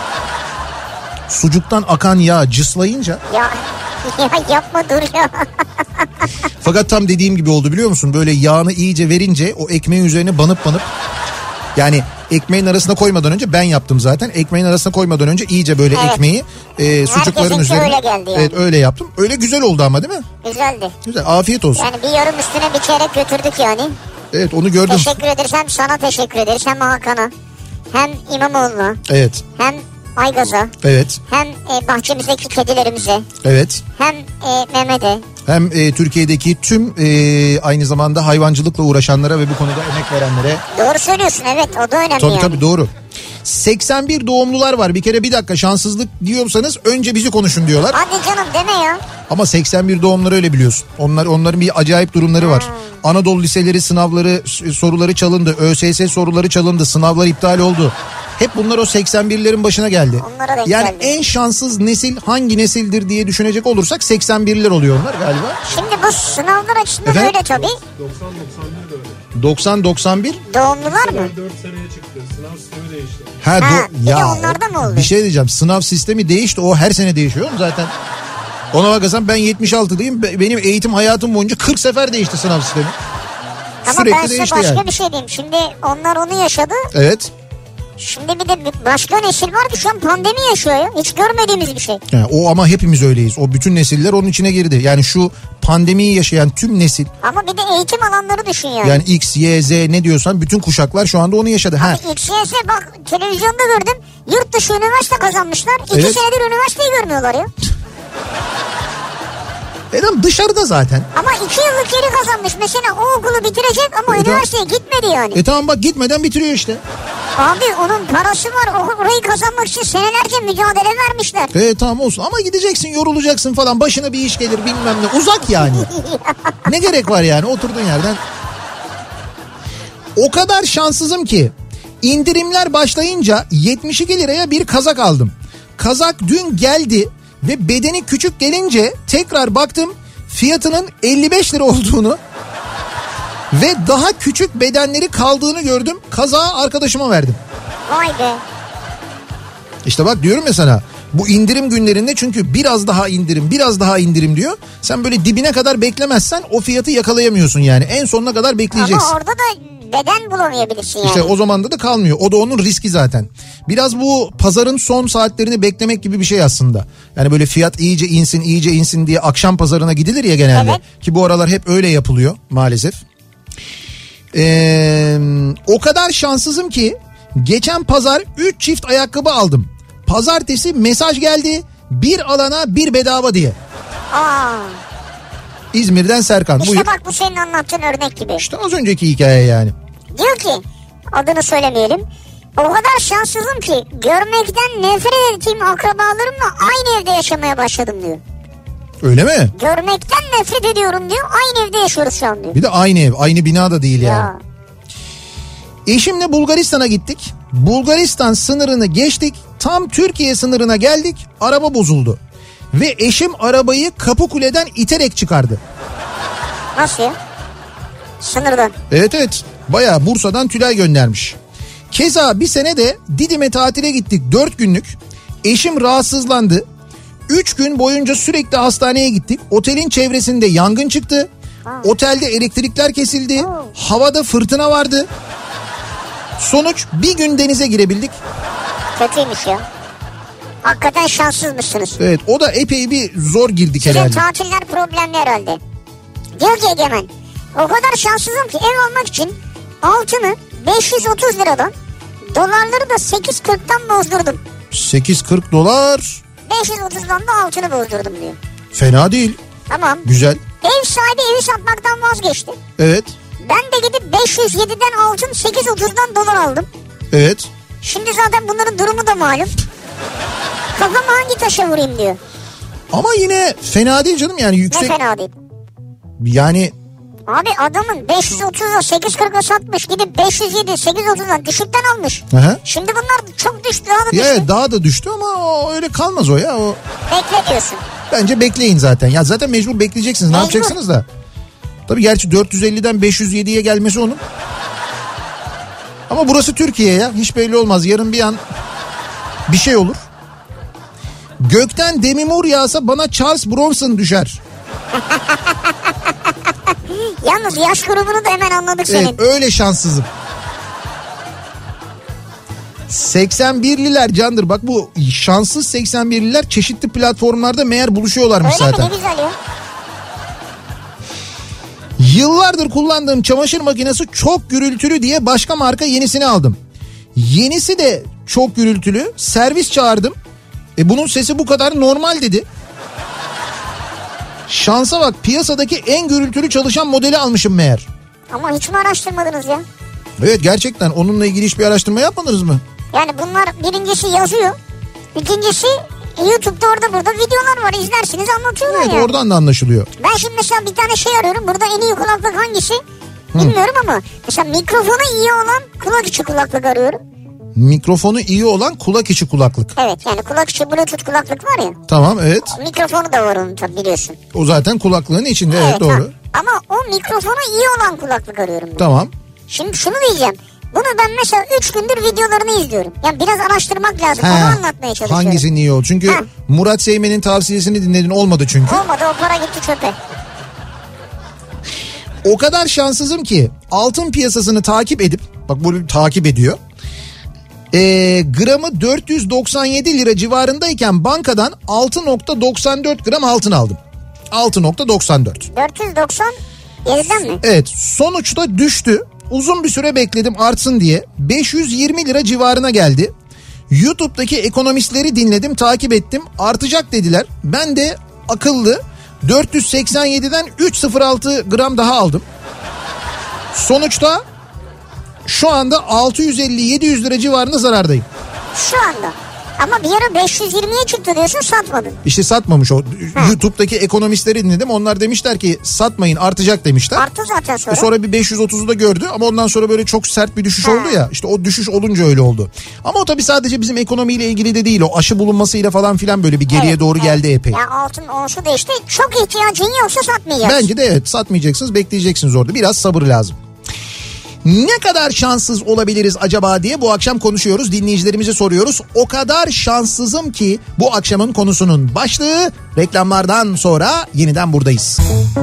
sucuktan akan yağ cıslayınca. Ya, ya yapma dur ya. Fakat tam dediğim gibi oldu, biliyor musun? Böyle yağını iyice verince o ekmeğin üzerine banıp banıp, yani ekmeğin arasına koymadan önce ben yaptım zaten. Ekmeğin arasına koymadan önce iyice böyle evet. ekmeği e, sucukların Herkesinki üzerine. öyle geldi yani. Evet, öyle yaptım. Öyle güzel oldu ama, değil mi? Güzeldi. Güzel. Afiyet olsun. Yani bir yarım üstüne bir çeyrek götürdük yani. Evet, onu gördüm. Teşekkür ederiz, hem sana teşekkür ederiz, hem Hakan'a, hem İmamoğlu'na. Evet. Hem Aygaz'a. Evet. Hem e, bahçemizdeki kedilerimize. Evet. Hem e, Mehmet'e. Hem e, Türkiye'deki tüm e, aynı zamanda hayvancılıkla uğraşanlara ve bu konuda emek verenlere. Doğru söylüyorsun, evet, o da önemli. Tabii yani. tabii doğru. seksen bir doğumlular var. Bir kere bir dakika şanssızlık diyorsanız önce bizi konuşun diyorlar. Hadi canım deme ya. Ama seksen bir doğumları öyle biliyorsun. Onlar onların bir acayip durumları var. Hmm. Anadolu liseleri sınavları soruları çalındı. ÖSS soruları çalındı. Sınavlar iptal oldu. Hep bunlar o seksen birlerin başına geldi. Yani geldi. En şanssız nesil hangi nesildir diye düşünecek olursak seksen birler oluyor onlar galiba. Şimdi bu sınavlar açısından Efendim? Öyle tabii. doksan doksan bir de öyle. doksan doksan bir doğumlular mı? dört seneye çıktı. Sınav sistemi değişti. Ha, ha do- bir ya, de onlarda mı oldu? Bir şey diyeceğim. Sınav sistemi değişti. O her sene değişiyor mu zaten? Ona bakarsan ben yetmiş altılıyım. Benim eğitim hayatım boyunca kırk sefer değişti sınav sistemi. Ama Sürekli ben size başka yani. bir şey diyeyim. Şimdi onlar onu yaşadı. Evet. Şimdi bir de başka nesil var ki şu an pandemi yaşıyor ya. Hiç görmediğimiz bir şey. Yani o ama hepimiz öyleyiz. O bütün nesiller onun içine girdi. Yani şu pandemiyi yaşayan tüm nesil. Ama bir de eğitim alanları düşün yani. Yani X, Y, Z ne diyorsan bütün kuşaklar şu anda onu yaşadı. Ha. X, Y, Z bak televizyonda gördüm. Yurt dışı üniversite kazanmışlar. İki evet. senedir üniversiteyi görmüyorlar ya. Adam dışarıda zaten. Ama iki yıllık yeri kazanmış. Mesela o okulu bitirecek ama e üniversiteye tamam. gitmedi yani. E tamam bak, gitmeden bitiriyor işte. Abi onun parası var. Orayı kazanmak için senelerce mücadele vermişler. E tamam olsun ama gideceksin, yorulacaksın falan. Başına bir iş gelir bilmem ne. Uzak yani. Ne gerek var yani oturduğun yerden. O kadar şanssızım ki indirimler başlayınca yetmiş iki liraya bir kazak aldım. Kazak dün geldi. Ve bedeni küçük gelince tekrar baktım fiyatının elli beş lira olduğunu ve daha küçük bedenleri kaldığını gördüm. Kazağı arkadaşıma verdim. Vay be. İşte bak diyorum ya sana, bu indirim günlerinde çünkü biraz daha indirim biraz daha indirim diyor. Sen böyle dibine kadar beklemezsen o fiyatı yakalayamıyorsun yani. En sonuna kadar bekleyeceksin. Ama orada da beden bulamayabilirsin yani. İşte o zaman da kalmıyor. O da onun riski zaten. Biraz bu pazarın son saatlerini beklemek gibi bir şey aslında. Yani böyle fiyat iyice insin iyice insin diye akşam pazarına gidilir ya genelde. Evet. Ki bu aralar hep öyle yapılıyor maalesef. Ee, o kadar şanssızım ki geçen pazar üç çift ayakkabı aldım. Pazartesi mesaj geldi. Bir alana bir bedava diye. Aa. İzmir'den Serkan. İşte Buyur. bak bu senin anlattığın örnek gibi. İşte az önceki hikaye yani. Diyor ki, adını söylemeyelim. O kadar şanssızım ki görmekten nefret ettiğim akrabalarımla aynı evde yaşamaya başladım diyor. Öyle mi? Görmekten nefret ediyorum diyor. Aynı evde yaşıyoruz şu an diyor. Bir de aynı ev, aynı bina da değil yani. Ya. Eşimle Bulgaristan'a gittik. Bulgaristan sınırını geçtik. Tam Türkiye sınırına geldik. Araba bozuldu. Ve eşim arabayı Kapıkule'den iterek çıkardı. Nasıl ya? Sınırdan. Evet evet. Bayağı Bursa'dan Tülay göndermiş. Keza bir sene de Didim'e tatile gittik dört günlük. Eşim rahatsızlandı. üç gün boyunca sürekli hastaneye gittik. Otelin çevresinde yangın çıktı. Ha. Otelde elektrikler kesildi. Ha. Havada fırtına vardı. Sonuç bir gün denize girebildik. Kötüymüş ya. Hakikaten şanssızmışsınız. Evet, o da epey bir zor girdik Sizin herhalde. tatiller problemli herhalde. Diyor ki Egemen, o kadar şanssızım ki ev almak için altını beş yüz otuz liradan, dolarları da sekiz kırktan bozdurdum. sekiz kırk dolar. beş yüz otuzdan da altını bozdurdum diyor. Fena değil. Tamam. Güzel. Ev sahibi evi satmaktan vazgeçti. Evet. Ben de gidip beş yüz yediden altın, sekiz otuzdan dolar aldım. Evet. Şimdi zaten bunların durumu da malum. Kafamı hangi taşa vurayım diyor. Ama yine fena değil canım, yani yüksek. Ne fena değil. Yani. Abi adamın beş yüz otuza sekiz kırka satmış, gidip beş yüz yedi sekiz otuzdan düşükten almış. Aha. Şimdi bunlar çok düştü, daha da düştü. Evet, daha da düştü ama o öyle kalmaz o ya. O... Bekle diyorsun. Bence bekleyin zaten. Ya zaten mecbur bekleyeceksiniz. Mecbur. Ne yapacaksınız da? Tabii gerçi dört yüz elliden beş yüz yediye gelmesi onun. Ama burası Türkiye ya. Hiç belli olmaz. Yarın bir an bir şey olur. Gökten Demi Moore yağsa bana Charles Bronson düşer. Yalnız yaş grubunu da hemen anladık senin. Evet, öyle şanssızım. seksen birliler candır. Bak bu şanssız seksen birliler çeşitli platformlarda meğer buluşuyorlarmış Öyle zaten. mi? Ne güzel ya. Yıllardır kullandığım çamaşır makinesi çok gürültülü diye başka marka yenisini aldım. Yenisi de çok gürültülü. Servis çağırdım. E bunun sesi bu kadar normal dedi. Şansa bak, piyasadaki en gürültülü çalışan modeli almışım meğer. Ama hiç mi araştırmadınız ya? Evet, gerçekten onunla ilgili hiçbir araştırma yapmadınız mı? Yani bunlar birincisi yazıyor. İkincisi YouTube'da orada burada videolar var, izlersiniz, anlatıyorlar Evet, ya. oradan da anlaşılıyor. Ben şimdi mesela bir tane şey arıyorum. Burada en iyi kulaklık hangisi? Bilmiyorum ama mesela mikrofonu iyi olan kulak içi kulaklık arıyorum. Mikrofonu iyi olan kulak içi kulaklık. Evet, yani kulak içi Bluetooth kulaklık var ya. Tamam, evet. Mikrofonu da var onun tabii, biliyorsun. O zaten kulaklığın içinde, evet, Evet, doğru. ha. Ama o mikrofonu iyi olan kulaklık arıyorum ben. Tamam. Şimdi şunu diyeceğim. Bunu ben mesela üç gündür videolarını izliyorum. Yani biraz araştırmak lazım. He, Onu anlatmaya çalışıyorum. hangisinin iyi oldu? Çünkü Ha. Murat Seymen'in tavsiyesini dinledin, olmadı çünkü. Olmadı, o para gitti çöpe. O kadar şanssızım ki altın piyasasını takip edip, bak bunu takip ediyor. Ee, gramı dört yüz doksan yedi lira civarındayken bankadan altı nokta doksan dört gram altın aldım. altı nokta doksan dört. dört yüz doksan yediden mi? Evet, sonuçta düştü. Uzun bir süre bekledim artsın diye. beş yüz yirmi lira civarına geldi. YouTube'daki ekonomistleri dinledim, takip ettim. Artacak dediler. Ben de akıllı dört yüz seksen yediden üç yüz altı gram daha aldım. Sonuçta şu anda altı yüz elli yedi yüz lira civarında zarardayım. Şu anda. Ama bir ara beş yüz yirmiye çıktı diyorsun, satmadın. İşte satmamış o. Ha. YouTube'daki ekonomistleri dinledim. Onlar demişler ki satmayın, artacak demişler. Arttı zaten sonra. E sonra bir beş yüz otuzu da gördü ama ondan sonra böyle çok sert bir düşüş Ha. oldu ya. İşte o düşüş olunca öyle oldu. Ama o tabii sadece bizim ekonomiyle ilgili de değil. O aşı bulunmasıyla falan filan böyle bir geriye Evet, doğru evet. geldi epey. Ya altın onsu da işte çok ihtiyacın yoksa satmayacaksın. Bence de evet, satmayacaksınız, bekleyeceksiniz orada. Biraz sabır lazım. Ne kadar şanssız olabiliriz acaba diye bu akşam konuşuyoruz. Dinleyicilerimize soruyoruz. O kadar şanssızım ki bu akşamın konusunun başlığı. Reklamlardan sonra yeniden buradayız.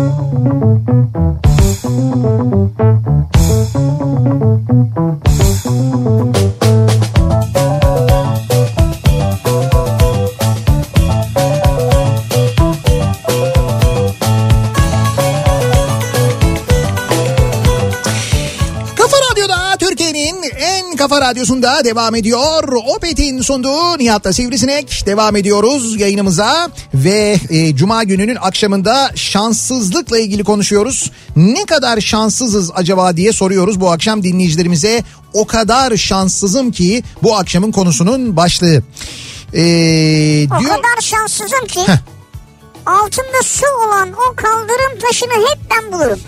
Kafa Radyosu'nda devam ediyor. Opet'in sunduğu Nihat'la Sivrisinek devam ediyoruz yayınımıza ve e, Cuma gününün akşamında şanssızlıkla ilgili konuşuyoruz. Ne kadar şanssızız acaba diye soruyoruz bu akşam dinleyicilerimize. O kadar şanssızım ki bu akşamın konusunun başlığı. E, o diyor... kadar şanssızım ki Heh. altında su olan o kaldırım taşını hep ben bulurum.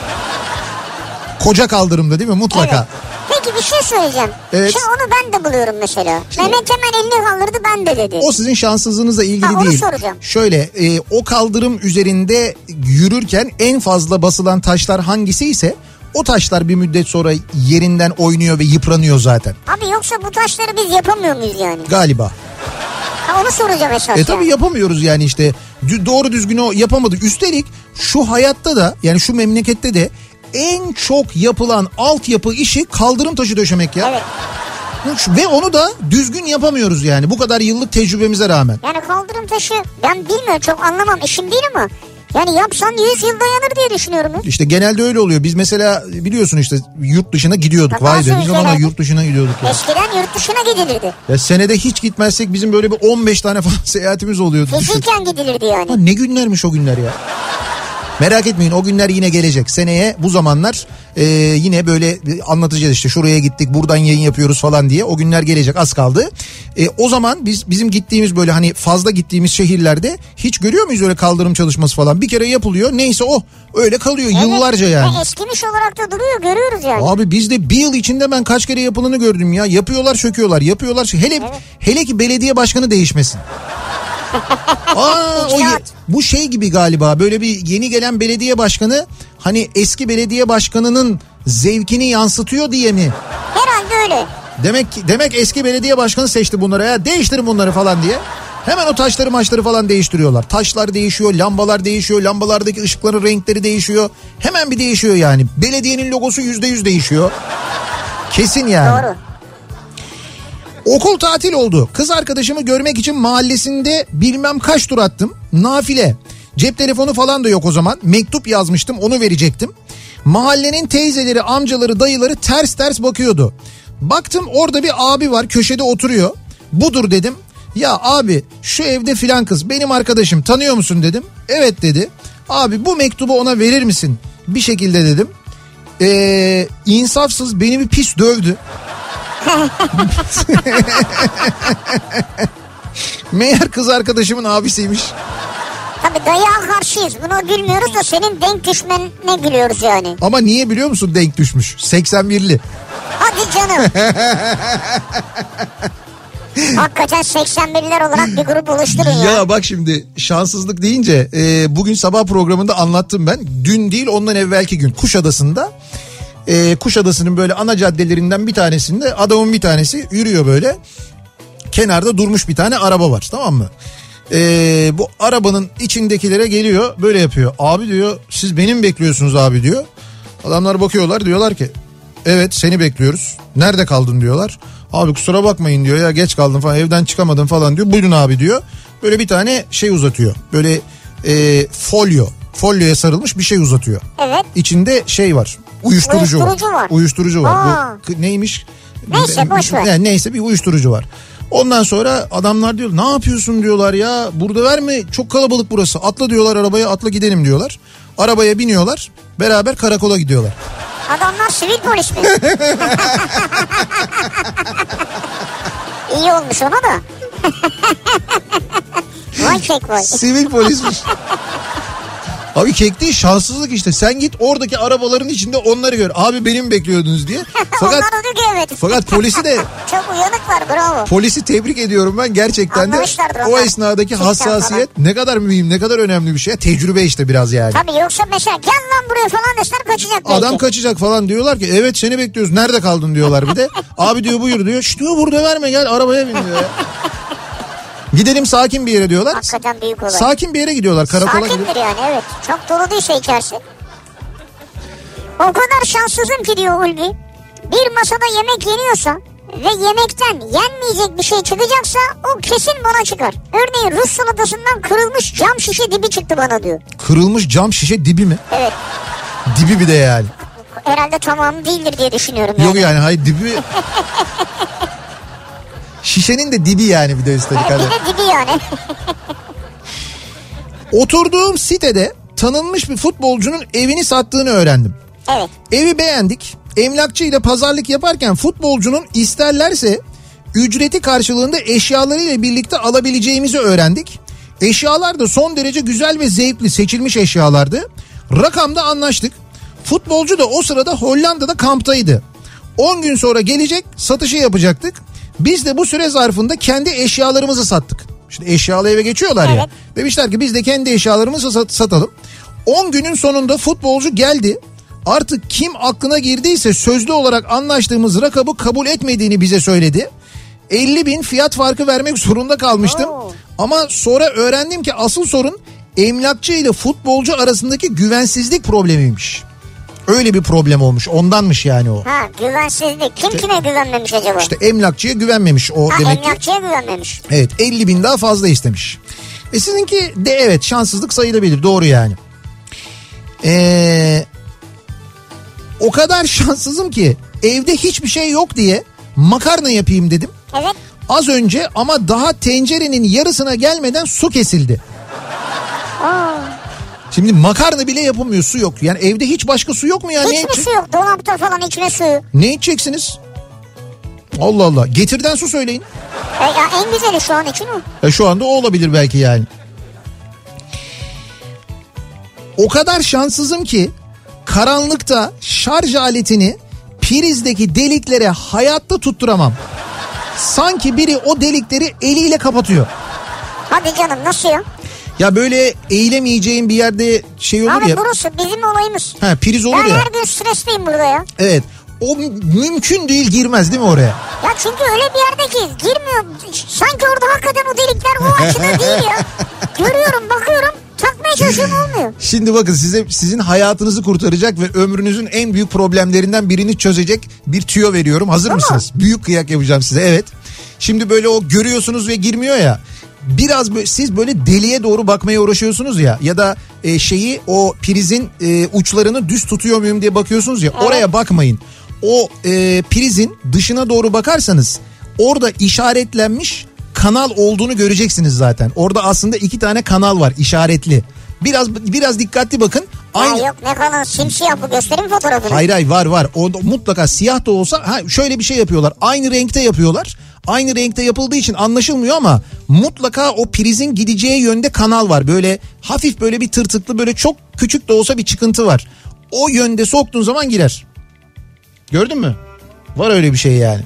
Koca kaldırımda değil mi? Mutlaka. Evet. Peki bir şey söyleyeceğim. Evet. Şimdi onu ben de buluyorum mesela. Şimdi, Mehmet hemen elini kaldırdı, ben de dedi. O sizin şanssızlığınızla ilgili ha, onu değil. soracağım. Şöyle e, o kaldırım üzerinde yürürken en fazla basılan taşlar hangisi ise o taşlar bir müddet sonra yerinden oynuyor ve yıpranıyor zaten. Abi yoksa bu taşları biz yapamıyor muyuz yani? Galiba. Ha, onu soracağım esas. E tabii yapamıyoruz yani işte. D- doğru düzgün o yapamadık. Üstelik şu hayatta da yani şu memlekette de en çok yapılan altyapı işi kaldırım taşı döşemek ya. Evet. Ve onu da düzgün yapamıyoruz yani bu kadar yıllık tecrübemize rağmen. Yani kaldırım taşı ben bilmiyorum, çok anlamam, işim değil ama yani yapsan yüz yıl dayanır diye düşünüyorum. Ya. İşte genelde öyle oluyor. Biz mesela biliyorsun işte yurt dışına gidiyorduk. Bak, Vay be biz ona yurt dışına gidiyorduk. Ya. Eskiden yurt dışına gidilirdi. Ya senede hiç gitmezsek bizim böyle bir on beş tane falan seyahatimiz oluyordu. Fiziken gidilirdi yani. Ha, ne günlermiş o günler ya. Merak etmeyin, o günler yine gelecek. Seneye bu zamanlar e, yine böyle anlatacağız işte şuraya gittik buradan yayın yapıyoruz falan diye. O günler gelecek, az kaldı. E, o zaman biz bizim gittiğimiz böyle hani fazla gittiğimiz şehirlerde hiç görüyor muyuz öyle kaldırım çalışması falan? Bir kere yapılıyor, neyse o öyle kalıyor evet, yıllarca yani. Ve eskimiş olarak da duruyor, görüyoruz yani. Abi bizde bir yıl içinde ben kaç kere yapılanı gördüm ya. Yapıyorlar çöküyorlar yapıyorlar. Hele, evet. hele ki belediye başkanı değişmesin. Aa, o, bu şey gibi galiba, böyle bir yeni gelen belediye başkanı hani eski belediye başkanının zevkini yansıtıyor diye mi? Herhalde öyle. Demek demek eski belediye başkanı seçti bunları ya, değiştirin bunları falan diye. Hemen o taşları maçları falan değiştiriyorlar. Taşlar değişiyor, lambalar değişiyor, lambalardaki ışıkların renkleri değişiyor. Hemen bir değişiyor yani. Belediyenin logosu yüzde yüz değişiyor. Kesin yani. Doğru. Okul tatil oldu. Kız arkadaşımı görmek için mahallesinde bilmem kaç tur attım. Nafile. Cep telefonu falan da yok o zaman. Mektup yazmıştım, onu verecektim. Mahallenin teyzeleri, amcaları, dayıları ters ters bakıyordu. Baktım orada bir abi var, köşede oturuyor. Budur dedim. Ya abi şu evde filan kız benim arkadaşım, tanıyor musun dedim. Evet dedi. Abi bu mektubu ona verir misin? Bir şekilde dedim. Ee, insafsız beni bir pis dövdü. Meğer kız arkadaşımın abisiymiş. Tabii dayıya karşıyız, buna gülmüyoruz da senin denk düşmenine gülüyoruz yani. Ama niye biliyor musun denk düşmüş? seksen birli. Hadi canım. Hakikaten seksen birler olarak bir grup oluşturun ya. Ya bak şimdi şanssızlık deyince e, bugün sabah programında anlattım ben. Dün değil ondan evvelki gün Kuşadası'nda. E, Kuşadası'nın böyle ana caddelerinden bir tanesinde adamın bir tanesi yürüyor böyle. Kenarda durmuş bir tane araba var, tamam mı? E, bu arabanın içindekilere geliyor böyle yapıyor. Abi diyor siz beni mi bekliyorsunuz abi diyor. Adamlar bakıyorlar, diyorlar ki evet seni bekliyoruz. Nerede kaldın diyorlar. Abi kusura bakmayın diyor ya, geç kaldım falan, evden çıkamadım falan diyor. Buyurun abi diyor. Böyle bir tane şey uzatıyor. Böyle e, folyo. Folyoya sarılmış bir şey uzatıyor. Evet. İçinde şey var. Uyuşturucu, uyuşturucu var. var. Uyuşturucu var. Aa. Bu neymiş? Neyse boş ver. Yani neyse bir uyuşturucu var. Ondan sonra adamlar diyor ne yapıyorsun diyorlar ya, burada verme, çok kalabalık burası, atla diyorlar arabaya, atla gidelim diyorlar. Arabaya biniyorlar, beraber karakola gidiyorlar. Adamlar sivil polis mi? İyi olmuş ona da. Vay kek vay. Sivil polismiş. Abi kek değil, şanssızlık işte. Sen git oradaki arabaların içinde onları gör. Abi benim bekliyordunuz diye. Fakat, onlar da diyor evet. Fakat polisi de... Çok uyanıklar, bravo. Polisi tebrik ediyorum ben gerçekten de. O onlar. Esnadaki Sistem hassasiyet falan. Ne kadar mühim, ne kadar önemli bir şey. Tecrübe işte biraz yani. Tabii yoksa mesela gel lan buraya falan deseler kaçacak belki. Adam kaçacak falan, diyorlar ki evet seni bekliyoruz. Nerede kaldın diyorlar bir de. Abi diyor buyur diyor. Şşt diyor burada verme, gel arabaya bin diyor ya. Gidelim sakin bir yere diyorlar. Hakikaten büyük olay. Sakin bir yere gidiyorlar, karakola gidiyor. Sakindir yani evet. Çok dolu değilse içerisi. O kadar şanssızım ki diyor Ulvi. Bir masada yemek yeniyorsa ve yemekten yenmeyecek bir şey çıkacaksa o kesin bana çıkar. Örneğin Rus salatasından kırılmış cam şişe dibi çıktı bana diyor. Kırılmış cam şişe dibi mi? Evet. Dibi bir de yani. Herhalde tamamı değildir diye düşünüyorum. Yani. Yok yani hayır dibi... Şişenin de dibi yani bir de üstelik. Evet, bir de dibi yani. Oturduğum sitede tanınmış bir futbolcunun evini sattığını öğrendim. Evet. Evi beğendik. Emlakçı ile pazarlık yaparken futbolcunun isterlerse ücreti karşılığında eşyalarıyla birlikte alabileceğimizi öğrendik. Eşyalar da son derece güzel ve zevkli seçilmiş eşyalardı. Rakamda anlaştık. Futbolcu da o sırada Hollanda'da kamptaydı. on gün sonra gelecek, satışı yapacaktık. Biz de bu süre zarfında kendi eşyalarımızı sattık. Şimdi eşyalı eve geçiyorlar evet. ya. Demişler ki biz de kendi eşyalarımızı sat- satalım. on günün sonunda futbolcu geldi. Artık kim aklına girdiyse sözlü olarak anlaştığımız rakamı kabul etmediğini bize söyledi. elli bin fiyat farkı vermek zorunda kalmıştım. Oo. Ama sonra öğrendim ki asıl sorun emlakçı ile futbolcu arasındaki güvensizlik problemiymiş. Öyle bir problem olmuş. Ondanmış yani o. Ha, güvensizlik. Kim kime güvenmemiş acaba? İşte emlakçıya güvenmemiş o ha, demek ki. Emlakçıya güvenmemiş. Evet, elli bin daha fazla istemiş. E sizinki de evet şanssızlık sayılabilir, doğru yani. Eee... O kadar şanssızım ki evde hiçbir şey yok diye makarna yapayım dedim. Evet. Az önce ama daha tencerenin yarısına gelmeden su kesildi. Aa. Şimdi makarna bile yapılmıyor, su yok. Yani evde hiç başka su yok mu ya? Hiç mi su yok? Dolapta falan içme suyu. Ne içeceksiniz? Allah Allah. Getirden su söyleyin. E, ya en güzeli şu an için o. E şu anda o olabilir belki yani. O kadar şanssızım ki karanlıkta şarj aletini prizdeki deliklere hayatta tutturamam. Sanki biri o delikleri eliyle kapatıyor. Hadi canım, nasıl ya? Ya böyle eğilemeyeceğin bir yerde şey olur Abi ya. Abi burası bizim olayımız. Ha, priz olur ben ya. Ben her gün stresliyim burada ya. Evet. O mümkün değil, girmez değil mi oraya? Ya çünkü öyle bir yerde ki girmiyor. Sanki orada hakikaten o delikler o açıda değil ya. Görüyorum, bakıyorum. Takmaya çalışıyorum, olmuyor. Şimdi bakın, size sizin hayatınızı kurtaracak ve ömrünüzün en büyük problemlerinden birini çözecek bir tüyo veriyorum. Hazır Ama mısınız? Büyük kıyak yapacağım size. Evet. Şimdi böyle o görüyorsunuz ve girmiyor ya. Biraz böyle, siz böyle deliğe doğru bakmaya uğraşıyorsunuz ya, ya da e, şeyi o prizin e, uçlarını düz tutuyor muyum diye bakıyorsunuz ya. Evet. Oraya bakmayın. O e, prizin dışına doğru bakarsanız orada işaretlenmiş kanal olduğunu göreceksiniz zaten. Orada aslında iki tane kanal var işaretli. Biraz biraz dikkatli bakın. Aynı... Ya yok, ne kanal, simsiyah bu, göstereyim fotoğrafını. Hayır hayır, var var. O mutlaka siyah da olsa, ha, şöyle bir şey yapıyorlar. Aynı renkte yapıyorlar. Aynı renkte yapıldığı için anlaşılmıyor ama mutlaka o prizin gideceği yönde kanal var. Böyle hafif, böyle bir tırtıklı, böyle çok küçük de olsa bir çıkıntı var. O yönde soktuğun zaman girer. Gördün mü? Var öyle bir şey yani.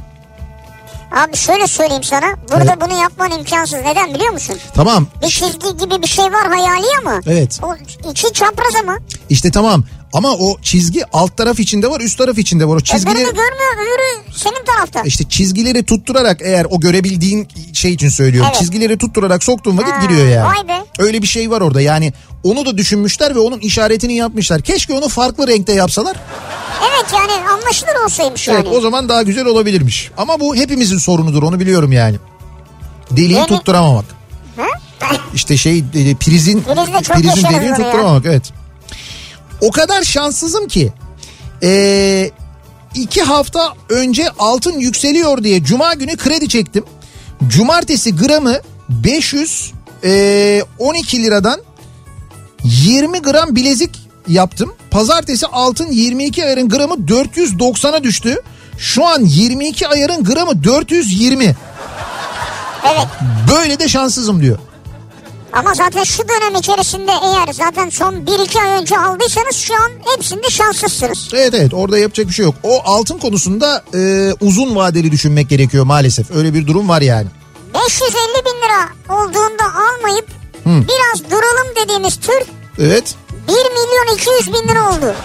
Abi şöyle söyleyeyim sana. Burada evet. Bunu yapman imkansız. Neden biliyor musun? Tamam. Bir çizgi gibi bir şey var, hayali ama. Evet. O içi çapraz ama. İşte tamam. Ama o çizgi alt taraf içinde var, üst taraf içinde var. O çizgileri... Öbürünü görmüyor, öbürü senin tarafta. İşte çizgileri tutturarak, eğer o görebildiğin şey için söylüyorum. Evet. Çizgileri tutturarak soktuğun vakit ha, giriyor yani. Vay be. Öyle bir şey var orada yani. Onu da düşünmüşler ve onun işaretini yapmışlar. Keşke onu farklı renkte yapsalar. Evet, yani anlaşılır olsaymış evet, yani. O zaman daha güzel olabilirmiş. Ama bu hepimizin sorunudur, onu biliyorum yani. Deliği yani... tutturamamak. Ha? İşte şey prizin, prizin deliğini tutturamamak, evet. O kadar şanssızım ki ee, iki hafta önce altın yükseliyor diye cuma günü kredi çektim. Cumartesi gramı beş yüz on iki liradan yirmi gram bilezik yaptım. Pazartesi altın yirmi iki ayarın gramı dört yüz doksana düştü. Şu an yirmi iki ayarın gramı dört yüz yirmi. Evet. Böyle de şanssızım diyor. Ama zaten şu dönem içerisinde eğer zaten son bir iki ay önce aldıysanız şu an hepsinde şanssızsınız. Evet evet, orada yapacak bir şey yok. O altın konusunda e, uzun vadeli düşünmek gerekiyor maalesef. Öyle bir durum var yani. beş yüz elli bin lira olduğunda almayıp Hı. biraz duralım dediğimiz tür. Evet. bir milyon iki yüz bin lira oldu.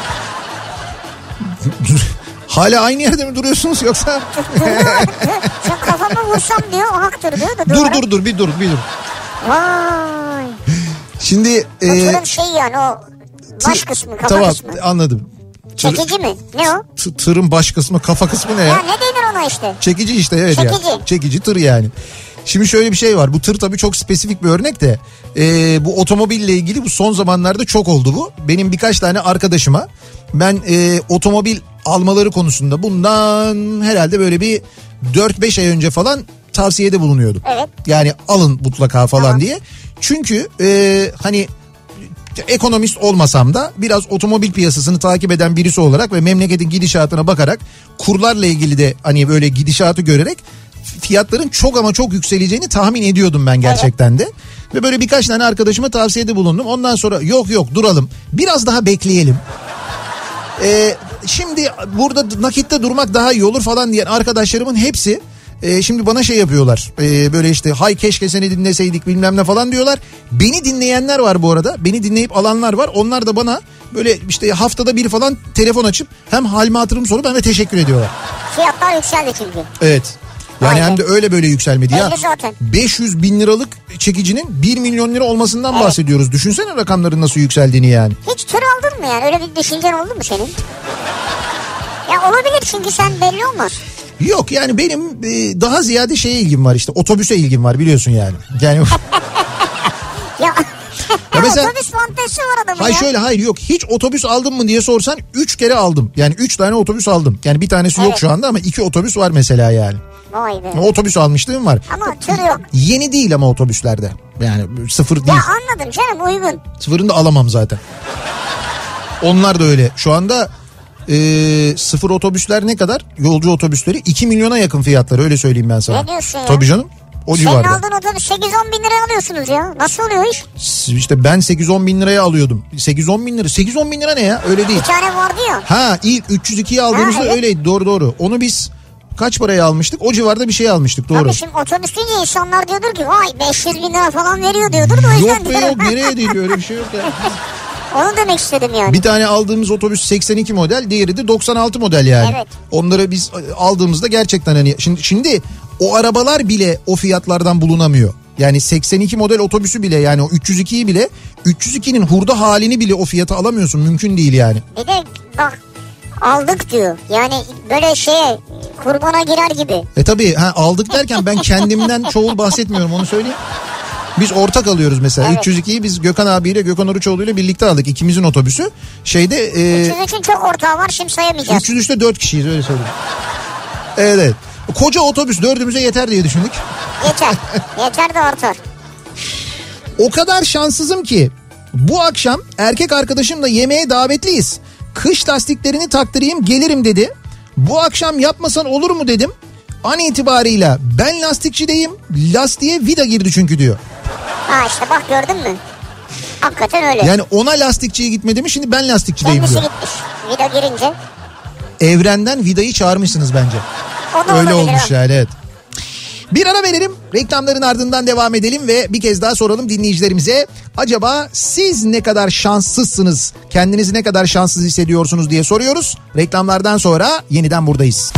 Hala aynı yerde mi duruyorsunuz yoksa? Sen kafamı vursam diyor, o haktır diyor da. Dur dur dur bir dur bir dur. Vay. Şimdi o tırın e, şey yani o baş kısmı, kafa tamam, kısmı. Tamam, anladım. Çekici mi? Ne o? T- tırın baş kısmı, kafa kısmı ne ya? Ya ne denir ona işte? Çekici işte, evet. Çekici. Ya. Çekici tır yani. Şimdi şöyle bir şey var. Bu tır tabii çok spesifik bir örnek de. E, bu otomobille ilgili bu son zamanlarda çok oldu bu. Benim birkaç tane arkadaşıma ben e, otomobil almaları konusunda bundan herhalde böyle bir dört beş ay önce falan tavsiyede bulunuyordum. Evet. Yani alın mutlaka falan tamam. diye. Çünkü e, hani ekonomist olmasam da biraz otomobil piyasasını takip eden birisi olarak ve memleketin gidişatına bakarak, kurlarla ilgili de hani böyle gidişatı görerek fiyatların çok ama çok yükseleceğini tahmin ediyordum ben gerçekten evet. de. Ve böyle birkaç tane arkadaşıma tavsiyede bulundum. Ondan sonra yok yok duralım, biraz daha bekleyelim. Ee, şimdi burada nakitte durmak daha iyi olur falan diyen arkadaşlarımın hepsi e, şimdi bana şey yapıyorlar. E, böyle işte hay keşke seni dinleseydik bilmem ne falan diyorlar. Beni dinleyenler var bu arada. Beni dinleyip alanlar var. Onlar da bana böyle işte haftada bir falan telefon açıp hem halimi hatırımı sorup hem de teşekkür ediyorlar. Fiyatlar yükseldi çünkü. Evet. Yani Aynen. Hem de öyle böyle yükselmedi ya. Zaten. beş yüz bin liralık çekicinin bir milyon lira olmasından evet. bahsediyoruz. Düşünsene rakamların nasıl yükseldiğini yani. Hiç tır aldın mu yani? Öyle bir düşüncen oldu mu senin? Ya olabilir çünkü sen belli olmaz. Yok yani benim e, daha ziyade şeye ilgim var işte, otobüse ilgim var biliyorsun yani. Yani ya, ya mesela, otobüs fantezisi var adamın hayır ya. şöyle hayır yok, hiç otobüs aldın mı diye sorsan üç kere aldım. Yani üç tane otobüs aldım. Yani bir tanesi Evet. yok şu anda ama iki otobüs var mesela yani. Vay be. Otobüs almışlığım var. Ama tır yok. Yeni değil ama otobüslerde. Yani sıfır değil. Ya anladım canım, uygun. Sıfırını da alamam zaten. Onlar da öyle. Şu anda e, sıfır otobüsler ne kadar? Yolcu otobüsleri iki milyona yakın fiyatları, öyle söyleyeyim ben sana. Ne diyorsun ya? Tabii canım. O Senin civarda. aldığın otobüs sekiz on bin liraya alıyorsunuz ya. Nasıl oluyor iş? İşte ben sekiz on bin liraya alıyordum. sekiz on bin lira. sekiz on bin lira ne ya? Öyle değil. Bir tane vardı ya. Ha ilk üç yüz ikiyi aldığımızda Ha, evet. öyleydi. Doğru doğru. Onu biz kaç paraya almıştık? O civarda bir şey almıştık. Doğru. Tabii şimdi otobüs deyince insanlar diyordur ki vay beş yüz bin lira falan veriyor diyordur da o yüzden Yok be diyorum. yok, nereye değil, öyle bir şey yok ya. Onu demek istedim yani. Bir tane aldığımız otobüs seksen iki model, diğeri de doksan altı model yani. Evet. Onları biz aldığımızda gerçekten hani şimdi, şimdi o arabalar bile o fiyatlardan bulunamıyor. Yani seksen iki model otobüsü bile, yani o üç yüz ikiyi bile, üç yüz ikinin hurda halini bile o fiyata alamıyorsun, mümkün değil yani. Bir de bak aldık diyor. Yani böyle şeye kurbana girer gibi. E tabii ha, aldık derken ben kendimden çoğul bahsetmiyorum, onu söyleyeyim. Biz ortak alıyoruz mesela. Evet. üç yüz ikiyi biz Gökhan abiyle, Gökhan Oruçoğlu ile birlikte aldık. İkimizin otobüsü. Şeyde e, üç yüz üçün çok ortağı var, şimdi sayamayacağız. üç yüz üçte dört kişiyiz, öyle söyleyeyim. Evet, evet. Koca otobüs dördümüze yeter diye düşündük. Yeter. Yeter de artar. O kadar şanssızım ki bu akşam erkek arkadaşımla yemeğe davetliyiz. Kış lastiklerini taktırayım gelirim dedi. Bu akşam yapmasan olur mu dedim. An itibarıyla ben lastikçideyim. Lastiğe vida girdi çünkü diyor. Ha işte bak gördün mü? Hakikaten öyle. Yani ona lastikçiye gitmedi mi, şimdi ben lastikçideyim Kendisi diyor. gitmiş. Vida girince. Evrenden vidayı çağırmışsınız bence. O da Öyle olabilir olmuş ha. yani, evet. Bir ara verelim, reklamların ardından devam edelim ve bir kez daha soralım dinleyicilerimize. Acaba siz ne kadar şanssızsınız, kendinizi ne kadar şanssız hissediyorsunuz diye soruyoruz. Reklamlardan sonra yeniden buradayız.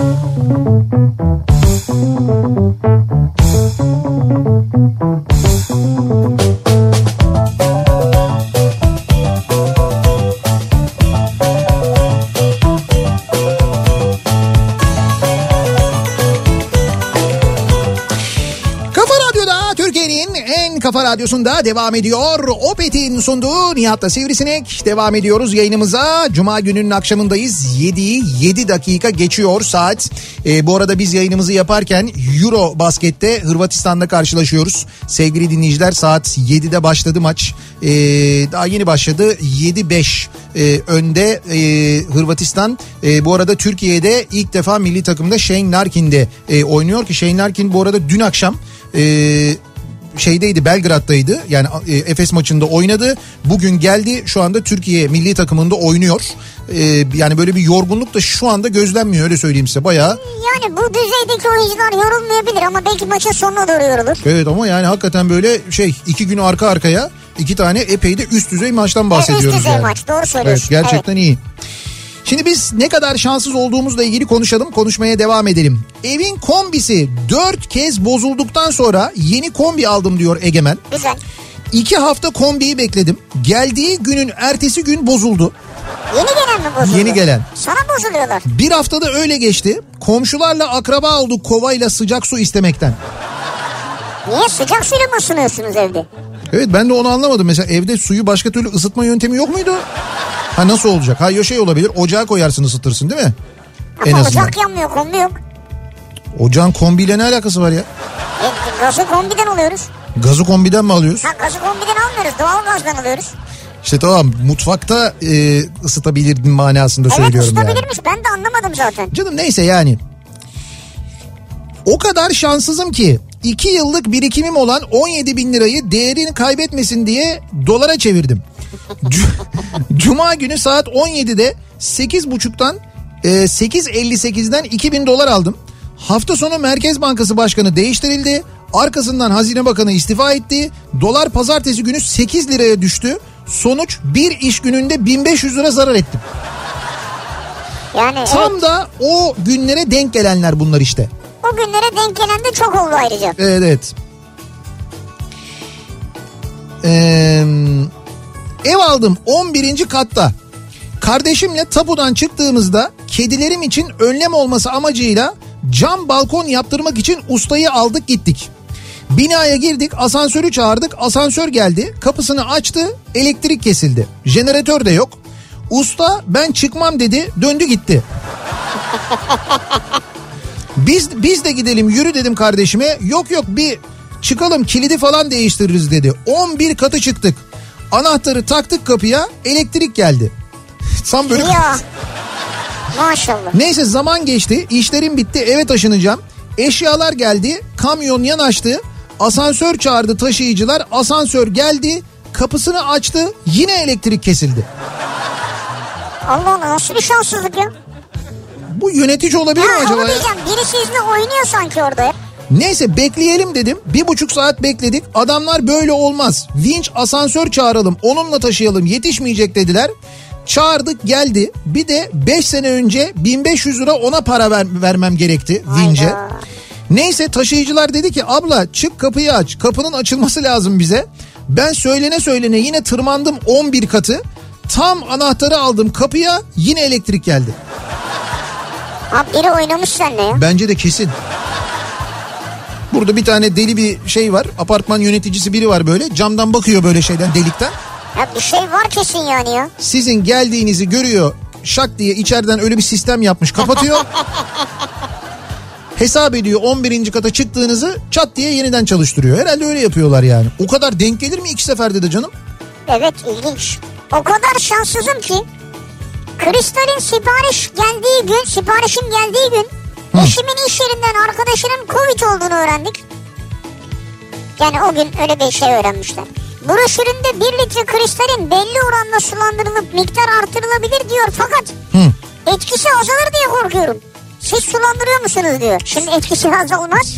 Kafa Radyosu'nda devam ediyor. Opet'in sunduğu Nihat'la Sivrisinek. Devam ediyoruz yayınımıza. Cuma gününün akşamındayız. yediyi yedi dakika geçiyor saat. Ee, bu arada biz yayınımızı yaparken Euro Basket'te Hırvatistan'la karşılaşıyoruz. Sevgili dinleyiciler, saat yedide başladı maç. Ee, daha yeni başladı. yedi beş ee, önde ee, Hırvatistan. Ee, bu arada Türkiye'de ilk defa milli takımda Shane Larkin de ee, oynuyor ki Shane Larkin bu arada dün akşam Ee, şeydeydi, Belgrad'daydı. Yani e, Efes maçında oynadı. Bugün geldi, şu anda Türkiye milli takımında oynuyor. E, yani böyle bir yorgunluk da şu anda gözlenmiyor, öyle söyleyeyim size, bayağı. Yani bu düzeydeki oyuncular yorulmayabilir ama belki maçın sonuna doğru yorulur. Evet ama yani hakikaten böyle şey, iki günü arka arkaya iki tane epey de üst düzey maçtan bahsediyoruz. Evet, üst düzey yani. maç, doğru söylüyorsun. Evet, gerçekten evet. iyi. Şimdi biz ne kadar şanssız olduğumuzla ilgili konuşalım, konuşmaya devam edelim. Evin kombisi dört kez bozulduktan sonra yeni kombi aldım diyor Egemen. Güzel. İki hafta kombiyi bekledim. Geldiği günün ertesi gün bozuldu. Yeni gelen mi bozuldu? Yeni gelen. Sana bozuluyorlar. Bir haftada öyle geçti. Komşularla akraba olduk kovayla sıcak su istemekten. Niye, sıcak suyla mı ısınıyorsunuz evde? Evet, ben de onu anlamadım. Mesela evde suyu başka türlü ısıtma yöntemi yok muydu? Ha, nasıl olacak? Ha, ya şey olabilir, ocağa koyarsın, ısıtırsın değil mi? Ama en ocak yanmıyor, kombi yok. Ocağın kombiyle ne alakası var ya? E, gazı kombiden alıyoruz. Gazı kombiden mi alıyoruz? Ha, gazı kombiden almıyoruz, doğal gazdan alıyoruz. İşte tamam, mutfakta e, ısıtabilirdin manasında evet, söylüyorum yani. Evet, ısıtabilirmiş, ben de anlamadım zaten. Canım neyse yani. O kadar şanssızım ki iki yıllık birikimim olan on yedi bin lirayı değerini kaybetmesin diye dolara çevirdim. Cuma günü saat on yedide sekiz buçuktan e, sekiz elli sekizden iki bin dolar aldım. Hafta sonu Merkez Bankası Başkanı değiştirildi. Arkasından Hazine Bakanı istifa etti. Dolar pazartesi günü sekiz liraya düştü. Sonuç bir iş gününde bin beş yüz lira zarar ettim. Yani Tam evet. da o günlere denk gelenler bunlar işte. O günlere denk gelen de çok oldu ayrıca. Evet evet. Ee, Ev aldım on birinci katta. Kardeşimle tapudan çıktığımızda kedilerim için önlem olması amacıyla cam balkon yaptırmak için ustayı aldık gittik. Binaya girdik, asansörü çağırdık, asansör geldi, kapısını açtı, elektrik kesildi. Jeneratör de yok. Usta ben çıkmam dedi, döndü gitti. Biz biz de gidelim, yürü dedim kardeşime. Yok yok bir çıkalım, kilidi falan değiştiririz dedi. on bir katı çıktık. Anahtarı taktık kapıya, elektrik geldi. Tam böyle... Ya. Maşallah. Neyse zaman geçti, işlerim bitti, eve taşınacağım. Eşyalar geldi, kamyon yanaştı. Asansör çağırdı taşıyıcılar, asansör geldi, kapısını açtı, yine elektrik kesildi. Allah Allah, nasıl bir şanssızlık ya? Bu yönetici olabilir ha, mi acaba onu ya? diyeceğim, biri sizle oynuyor sanki orada ya. Neyse bekleyelim dedim. Bir buçuk saat bekledik. Adamlar böyle olmaz. Vinç asansör çağıralım, onunla taşıyalım, yetişmeyecek dediler. Çağırdık geldi. Bir de beş sene önce bin beş yüz lira ona para ver, vermem gerekti vince. Hayda. Neyse taşıyıcılar dedi ki abla çık kapıyı aç. Kapının açılması lazım bize. Ben söylene söylene yine tırmandım on bir katı. Tam anahtarı aldım kapıya, yine elektrik geldi. Abi biri oynamış seninle ya. Bence de kesin. Burada bir tane deli bir şey var. Apartman yöneticisi biri var böyle. Camdan bakıyor böyle şeyden, delikten. Ya bir şey var kesin yani ya. Sizin geldiğinizi görüyor. Şak diye içeriden öyle bir sistem yapmış. Kapatıyor. Hesap ediyor on birinci kata çıktığınızı, çat diye yeniden çalıştırıyor. Herhalde öyle yapıyorlar yani. O kadar denk gelir mi iki seferde de canım? Evet, ilginç. O kadar şanssızım ki Kristal'in sipariş geldiği gün, siparişin geldiği gün Hı. eşimin iş yerinden arkadaşının Covid olduğunu öğrendik. Yani o gün öyle bir şey öğrenmişler. Broşüründe bir litre kristalin belli oranda sulandırılıp miktar artırılabilir diyor fakat Hı. etkisi azalır diye korkuyorum. Siz sulandırıyor musunuz diyor. Şimdi etkisi azalmaz.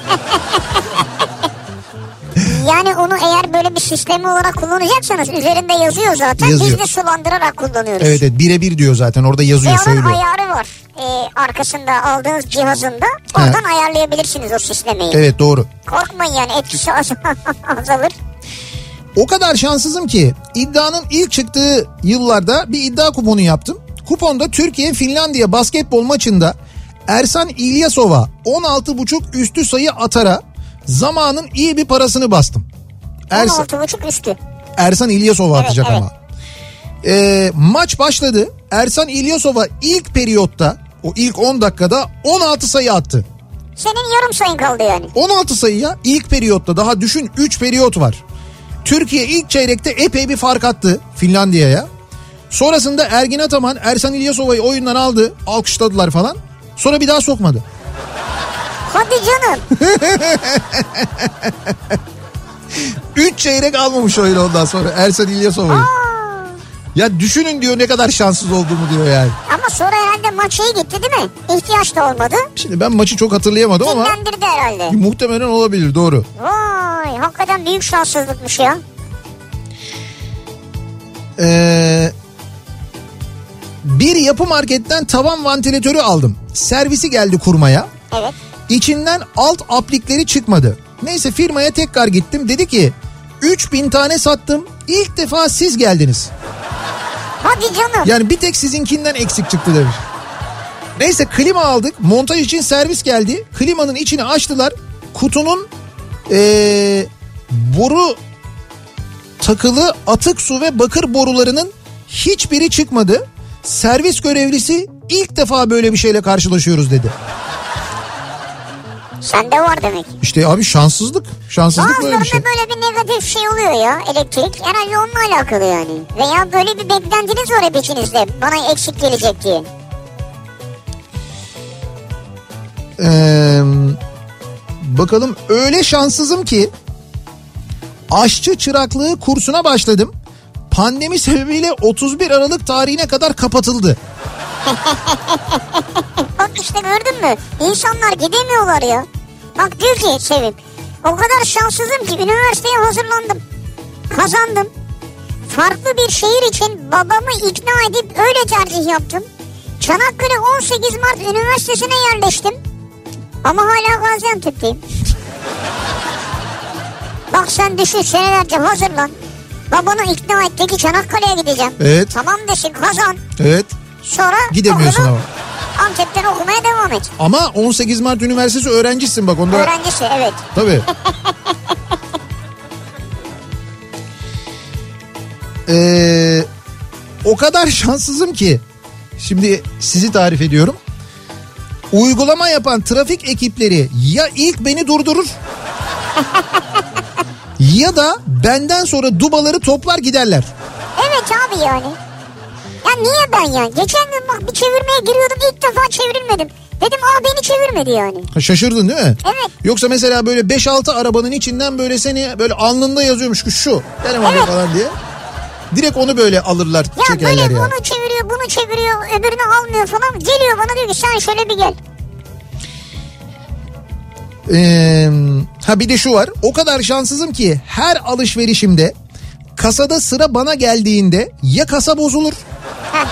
Yani onu eğer böyle bir sistemi olarak kullanacaksanız üzerinde yazıyor zaten. Yazıyor. Biz de sulandırarak kullanıyoruz. Evet evet, birebir diyor zaten, orada yazıyor, Ve söylüyor. onun ayarı var. Ee, arkasında aldığınız cihazında oradan He. ayarlayabilirsiniz o sistemi. Evet doğru. Korkmayın yani, etkisi az- azalır. O kadar şanssızım ki iddianın ilk çıktığı yıllarda bir iddia kuponu yaptım. Kuponda Türkiye-Finlandiya basketbol maçında Ersan İlyasov'a on altı buçuk üstü sayı atara zamanın iyi bir parasını bastım. Ersan, on altı buçuk üstü. Ersan İlyasov'a evet, atacak evet. ama. Ee, maç başladı. Ersan İlyasov'a ilk periyotta, o ilk on dakikada on altı sayı attı. Senin yarım sayın kaldı yani. on altı sayıya ilk periyotta, daha düşün üç periyot var. Türkiye ilk çeyrekte epey bir fark attı Finlandiya'ya. Sonrasında Ergin Ataman Ersan İlyasova'yı oyundan aldı. Alkışladılar falan. Sonra bir daha sokmadı. Hadi canım. Üç çeyrek almamış öyle ondan sonra Ersan İlyasova'yı. Ya düşünün diyor ne kadar şanssız olduğumu diyor yani. Ama sonra herhalde maç iyi gitti değil mi? İhtiyaç da olmadı. Şimdi ben maçı çok hatırlayamadım ama. Dinlendirdi herhalde. Muhtemelen olabilir, doğru. Vay, hakikaten büyük şanssızlıkmış ya. Ee, bir yapı marketten tavan vantilatörü aldım. Servisi geldi kurmaya. Evet. İçinden alt aplikleri çıkmadı. Neyse firmaya tekrar gittim. Dedi ki üç bin tane sattım. İlk defa siz geldiniz. Hadi canım. Yani bir tek sizinkinden eksik çıktı demiş. Neyse klima aldık. Montaj için servis geldi. Klimanın içini açtılar. Kutunun ee, boru takılı atık su ve bakır borularının hiçbiri çıkmadı. Servis görevlisi ilk defa böyle bir şeyle karşılaşıyoruz dedi. Sende var demek. İşte abi şanssızlık. Şanssızlık böyle bir şey. Bazılarında böyle bir negatif şey oluyor ya, elektrik. Herhalde onunla alakalı yani. Veya böyle bir beklentiniz var hep içinizde. Bana eksik gelecek diye. Ee, bakalım, öyle şanssızım ki aşçı çıraklığı kursuna başladım. Pandemi sebebiyle otuz bir Aralık tarihine kadar kapatıldı. Bak işte gördün mü? İnsanlar gidemiyorlar ya. Bak diyor ki Sevim, o kadar şanssızım ki üniversiteye hazırlandım. Kazandım. Farklı bir şehir için babamı ikna edip öyle tercih yaptım. Çanakkale on sekiz Mart Üniversitesi'ne yerleştim. Ama hala Gaziantep'teyim. Bak sen düşün, senelerce hazırlan. Babanı ikna etti ki Çanakkale'ye gideceğim. Evet. Tamam desin, kazan. Evet. Sonra gidemiyorsun okulu, ama. Antep'ten okumaya devam et. Ama on sekiz Mart Üniversitesi öğrencisin bak onda. Öğrencisi, evet. Tabii. Ee, o kadar şanssızım ki şimdi sizi tarif ediyorum. Uygulama yapan trafik ekipleri ya ilk beni durdurur ya da benden sonra dubaları toplar giderler. Evet abi yani. Ya niye ben ya? Geçen gün bak bir çevirmeye giriyordum, ilk defa çevrilmedim. Dedim aa beni çevirmedi yani. Ha, şaşırdın değil mi? Evet. Yoksa mesela böyle beş altı arabanın içinden böyle seni böyle alnında yazıyormuş ki şu. Benim Evet. falan diye. Direkt onu böyle alırlar, Ya çekerler böyle ya. bunu çeviriyor, bunu çeviriyor, öbürünü almıyor falan. Geliyor bana diyor ki sen şöyle bir gel. Ee, ha bir de şu var. O kadar şanssızım ki her alışverişimde kasada sıra bana geldiğinde ya kasa bozulur. Heh.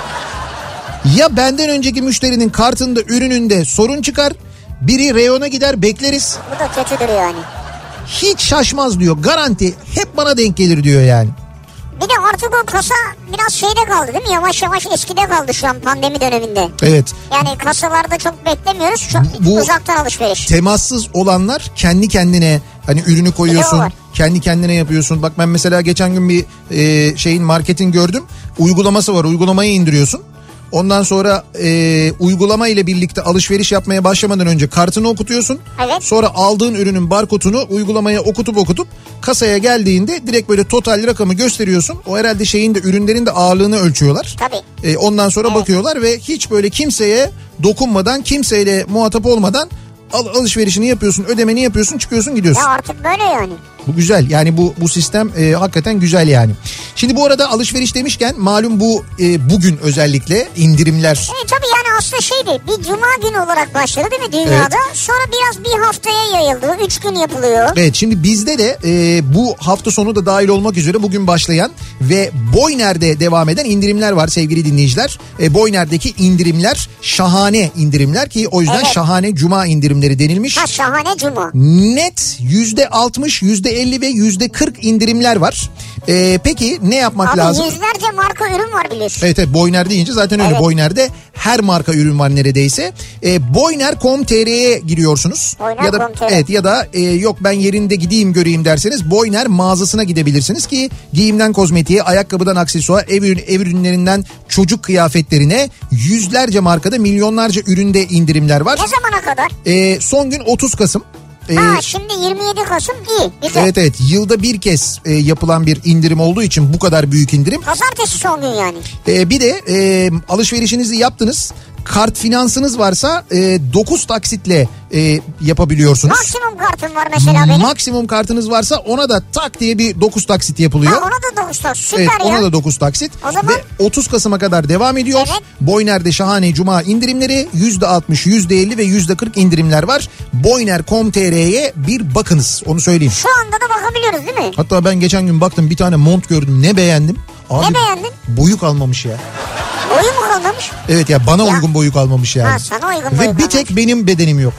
Ya benden önceki müşterinin kartında, ürününde sorun çıkar. Biri reyona gider, bekleriz. Bu da kötüdür yani. Hiç şaşmaz diyor. Garanti hep bana denk gelir diyor yani. Bir de artık o kasa biraz şeyde kaldı değil mi? Yavaş yavaş eskide kaldı şu an pandemi döneminde. Evet. Yani kasalarda çok beklemiyoruz. Çok Bu- uzaktan alışveriş. Temassız olanlar kendi kendine hani ürünü koyuyorsun. var. Kendi kendine yapıyorsun. Bak ben mesela geçen gün bir e, şeyin marketin gördüm. Uygulaması var. Uygulamayı indiriyorsun. Ondan sonra e, uygulama ile birlikte alışveriş yapmaya başlamadan önce kartını okutuyorsun. Evet. Sonra aldığın ürünün barkodunu uygulamaya okutup okutup kasaya geldiğinde direkt böyle total rakamı gösteriyorsun. O herhalde şeyin de ürünlerin de ağırlığını ölçüyorlar. Tabii. E, ondan sonra Evet. bakıyorlar ve hiç böyle kimseye dokunmadan, kimseyle muhatap olmadan al, alışverişini yapıyorsun, ödemeni yapıyorsun, çıkıyorsun, gidiyorsun. Ya artık böyle yani. Bu güzel yani bu bu sistem e, hakikaten güzel yani. Şimdi bu arada alışveriş demişken malum bu e, bugün özellikle indirimler. E tabii yani aslında şeydi, bir cuma günü olarak başladı değil mi dünyada? Evet. Sonra biraz bir haftaya yayıldı. Üç gün yapılıyor. Evet şimdi bizde de e, bu hafta sonu da dahil olmak üzere bugün başlayan ve Boyner'de devam eden indirimler var sevgili dinleyiciler. E, Boyner'deki indirimler şahane indirimler ki o yüzden Evet. şahane cuma indirimleri denilmiş. Ha şahane cuma. Net yüzde altmış, yüzde elli ve yüzde kırk indirimler var. E, peki ne yapmak Abi lazım? yüzlerce marka ürün var biliyorsun. Evet evet Boyner deyince zaten öyle. Evet. Boyner'de her marka ürün var neredeyse. E, boyner nokta com nokta tr'ye giriyorsunuz. boyner Ya da nokta com nokta tr. evet ya da e, yok ben yerinde gideyim göreyim derseniz Boyner mağazasına gidebilirsiniz ki giyimden kozmetiğe, ayakkabıdan aksesuar, ev, ürün, ev ürünlerinden çocuk kıyafetlerine yüzlerce markada, milyonlarca üründe indirimler var. Ne zamana kadar? E, son gün otuz Kasım. E, Ha şimdi yirmi yedi Kasım iyi. Güzel. evet evet yılda bir kez e, yapılan bir indirim olduğu için bu kadar büyük indirim. Pazartesi son gün yani. Ee, bir de e, alışverişinizi yaptınız. Kart finansınız varsa e, dokuz taksitle e, yapabiliyorsunuz. Maksimum kartım var mesela benim. Maksimum kartınız varsa ona da tak diye bir dokuz taksit yapılıyor. Ha, ona da dokuz taksit. Süper Evet, ya. ona da dokuz taksit. O zaman- Ve otuz Kasım'a kadar devam ediyor. Evet. Boyner'de şahane cuma indirimleri yüzde altmış, yüzde elli ve yüzde kırk indirimler var. boyner nokta com nokta tr'ye bir bakınız, onu söyleyeyim. Şu anda da bakabiliyoruz değil mi? Hatta ben geçen gün baktım, bir tane mont gördüm, ne beğendim. Abi, Ne beğendin? boyu kalmamış ya. Boyu mu kalmamış? Evet ya bana Ya. uygun boyu kalmamış yani. Ha, sana uygun boyu Ve bir kalmamış. tek benim bedenim yok.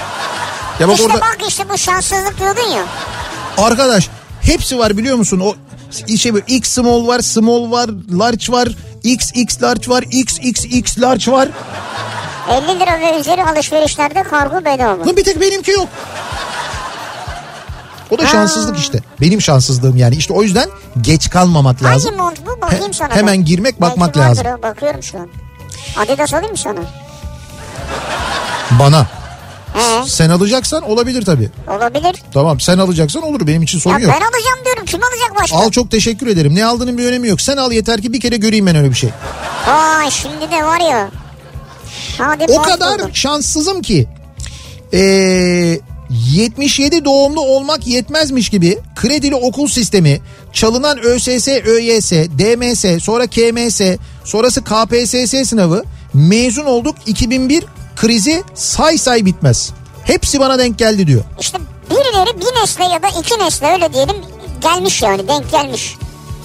Ya bak İşte orada bak işte bu şanssızlık diyordun ya. arkadaş hepsi var biliyor musun? O şey böyle X small var, small var, large var, X X large var, X X X large var. elli lira ve üzeri alışverişlerde kargo bedava. Lan bir tek benimki yok. O da şanssızlık işte. Benim şanssızlığım yani. İşte o yüzden geç kalmamak lazım. Hangi mont bu? Bakayım He- sana. hemen ben. girmek, bakmak Belki vardır lazım. o, bakıyorum şu an. Adidas alayım mı sana? Bana. He, Sen alacaksan olabilir tabii. olabilir. Tamam, sen alacaksan olur, benim için sorun Ya yok. ben alacağım diyorum. Kim alacak başka? Al, çok teşekkür ederim. Ne aldığının bir önemi yok. Sen al, yeter ki bir kere göreyim ben öyle bir şey. Vay şimdi de var ya. Hadi O mont kadar buldum. şanssızım ki ee, yetmiş yedi doğumlu olmak yetmezmiş gibi kredili okul sistemi, çalınan ÖSS, ÖYS, DMS, sonra KMS, sonrası K P S S sınavı, mezun olduk iki bin bir krizi say say bitmez. Hepsi bana denk geldi diyor. İşte birileri bir nesle ya da iki nesle öyle diyelim gelmiş yani denk gelmiş.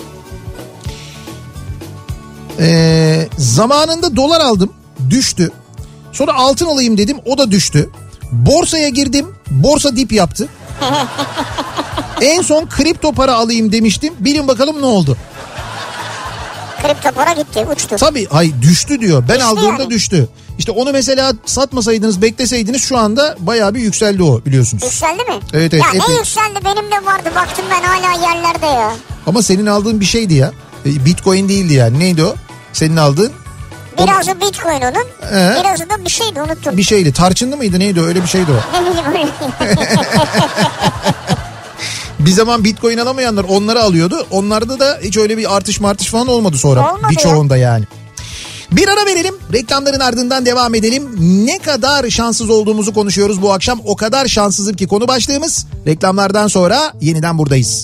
Ee, zamanında dolar aldım, düştü. Sonra altın alayım dedim, o da düştü. Borsaya girdim, borsa dip yaptı. En son kripto para alayım demiştim. Bilin bakalım ne oldu? Kripto para gitti, uçtu. Tabii, hay düştü diyor. Ben Düştü aldığımda yani. düştü. İşte onu mesela satmasaydınız, bekleseydiniz şu anda bayağı bir yükseldi o, biliyorsunuz. Yükseldi mi? Evet, evet, Ya epey. ne yükseldi, benim de vardı, baktım ben hala yerlerde ya. Ama senin aldığın bir şeydi ya. E, Bitcoin değildi yani. Neydi o? Senin aldığın? Birazı Bitcoin onun, Ee? birazı da bir şeydi, unuttum. Bir şeydi. Tarçınlı mıydı, neydi o? Öyle bir şeydi o. Ne bileyim öyle. Bir zaman Bitcoin alamayanlar onları alıyordu. Onlarda da hiç öyle bir artış martış falan olmadı sonra. Olmadı Birçoğunda yani. Bir ara verelim. Reklamların ardından devam edelim. Ne kadar şanssız olduğumuzu konuşuyoruz bu akşam. O kadar şanssızım ki konu başlığımız. Reklamlardan sonra yeniden buradayız.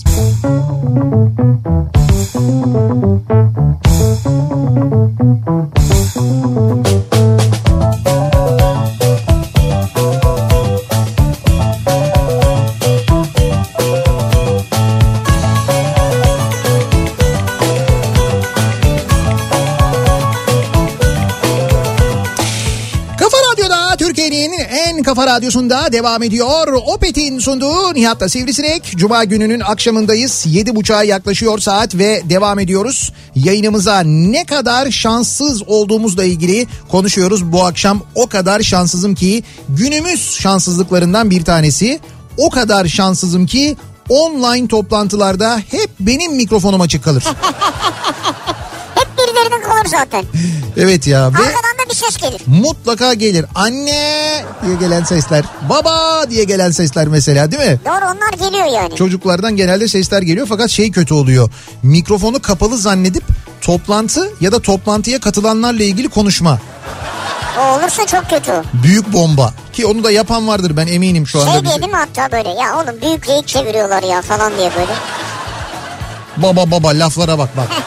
En Kafa Radyosu'nda devam ediyor. Opet'in sunduğu Nihat'la Sivrisinek. Cuma gününün akşamındayız. Yedi buçuğa yaklaşıyor saat ve devam ediyoruz. Yayınımıza ne kadar şanssız olduğumuzla ilgili konuşuyoruz. Bu akşam o kadar şanssızım ki günümüz şanssızlıklarından bir tanesi. O kadar şanssızım ki online toplantılarda hep benim mikrofonum açık kalır. Hep birilerinin kalır zaten. Evet ya. Ve arkadan da bir ses gelir. Mutlaka gelir. Anne diye gelen sesler. Baba diye gelen sesler mesela, değil mi? Doğru, onlar geliyor yani. Çocuklardan genelde sesler geliyor fakat şey kötü oluyor. Mikrofonu kapalı zannedip toplantı ya da toplantıya katılanlarla ilgili konuşma. O olursa çok kötü. Büyük bomba. Ki onu da yapan vardır, ben eminim şu anda. Şey diye bize. değil mi hatta böyle, ya oğlum büyük geyik çeviriyorlar ya falan diye böyle. Baba baba laflara bak bak.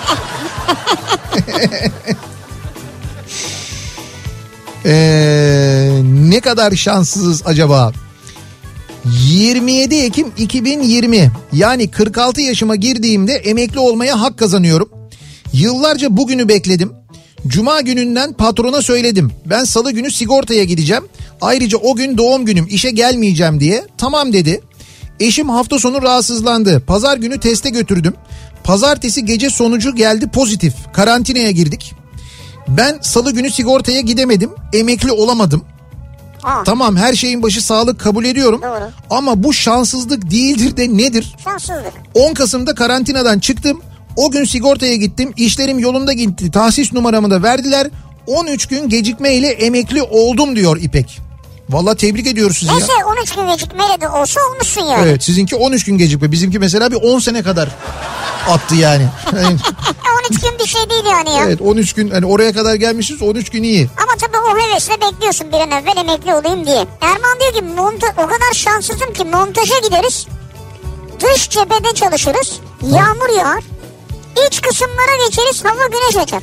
Ee, ne kadar şanssızız acaba? yirmi yedi Ekim iki bin yirmi, yani kırk altı yaşıma girdiğimde emekli olmaya hak kazanıyorum. Yıllarca bugünü bekledim. Cuma gününden patrona söyledim. Ben salı günü sigortaya gideceğim. Ayrıca o gün doğum günüm, işe gelmeyeceğim diye. Tamam dedi. Eşim hafta sonu rahatsızlandı. Pazar günü teste götürdüm. Pazartesi gece sonucu geldi pozitif. Karantinaya girdik. Ben salı günü sigortaya gidemedim. Emekli olamadım. Aa. Tamam, her şeyin başı sağlık, kabul ediyorum. Doğru. Ama bu şanssızlık değildir de nedir? Şanssızlık. on Kasım'da karantinadan çıktım. O gün sigortaya gittim. İşlerim yolunda gitti. Tahsis numaramı da verdiler. on üç gün gecikmeyle emekli oldum diyor İpek. Vallahi tebrik ediyoruz sizi Neyse ya. on üç gün gecikmeyle de olsa olmuşsun yani. Evet, sizinki on üç gün gecikme. Bizimki mesela bir on sene kadar attı yani. on üç gün bir şey değil yani ya. Evet, on üç gün, hani oraya kadar gelmişiz, on üç gün iyi. Ama tabii o hevesle bekliyorsun bir an evvel emekli olayım diye. Erman diyor ki monta- o kadar şanssızım ki montaja gideriz. Dış cephede çalışırız. Yağmur yağar. İç kısımlara geçeriz, hava güneş açar.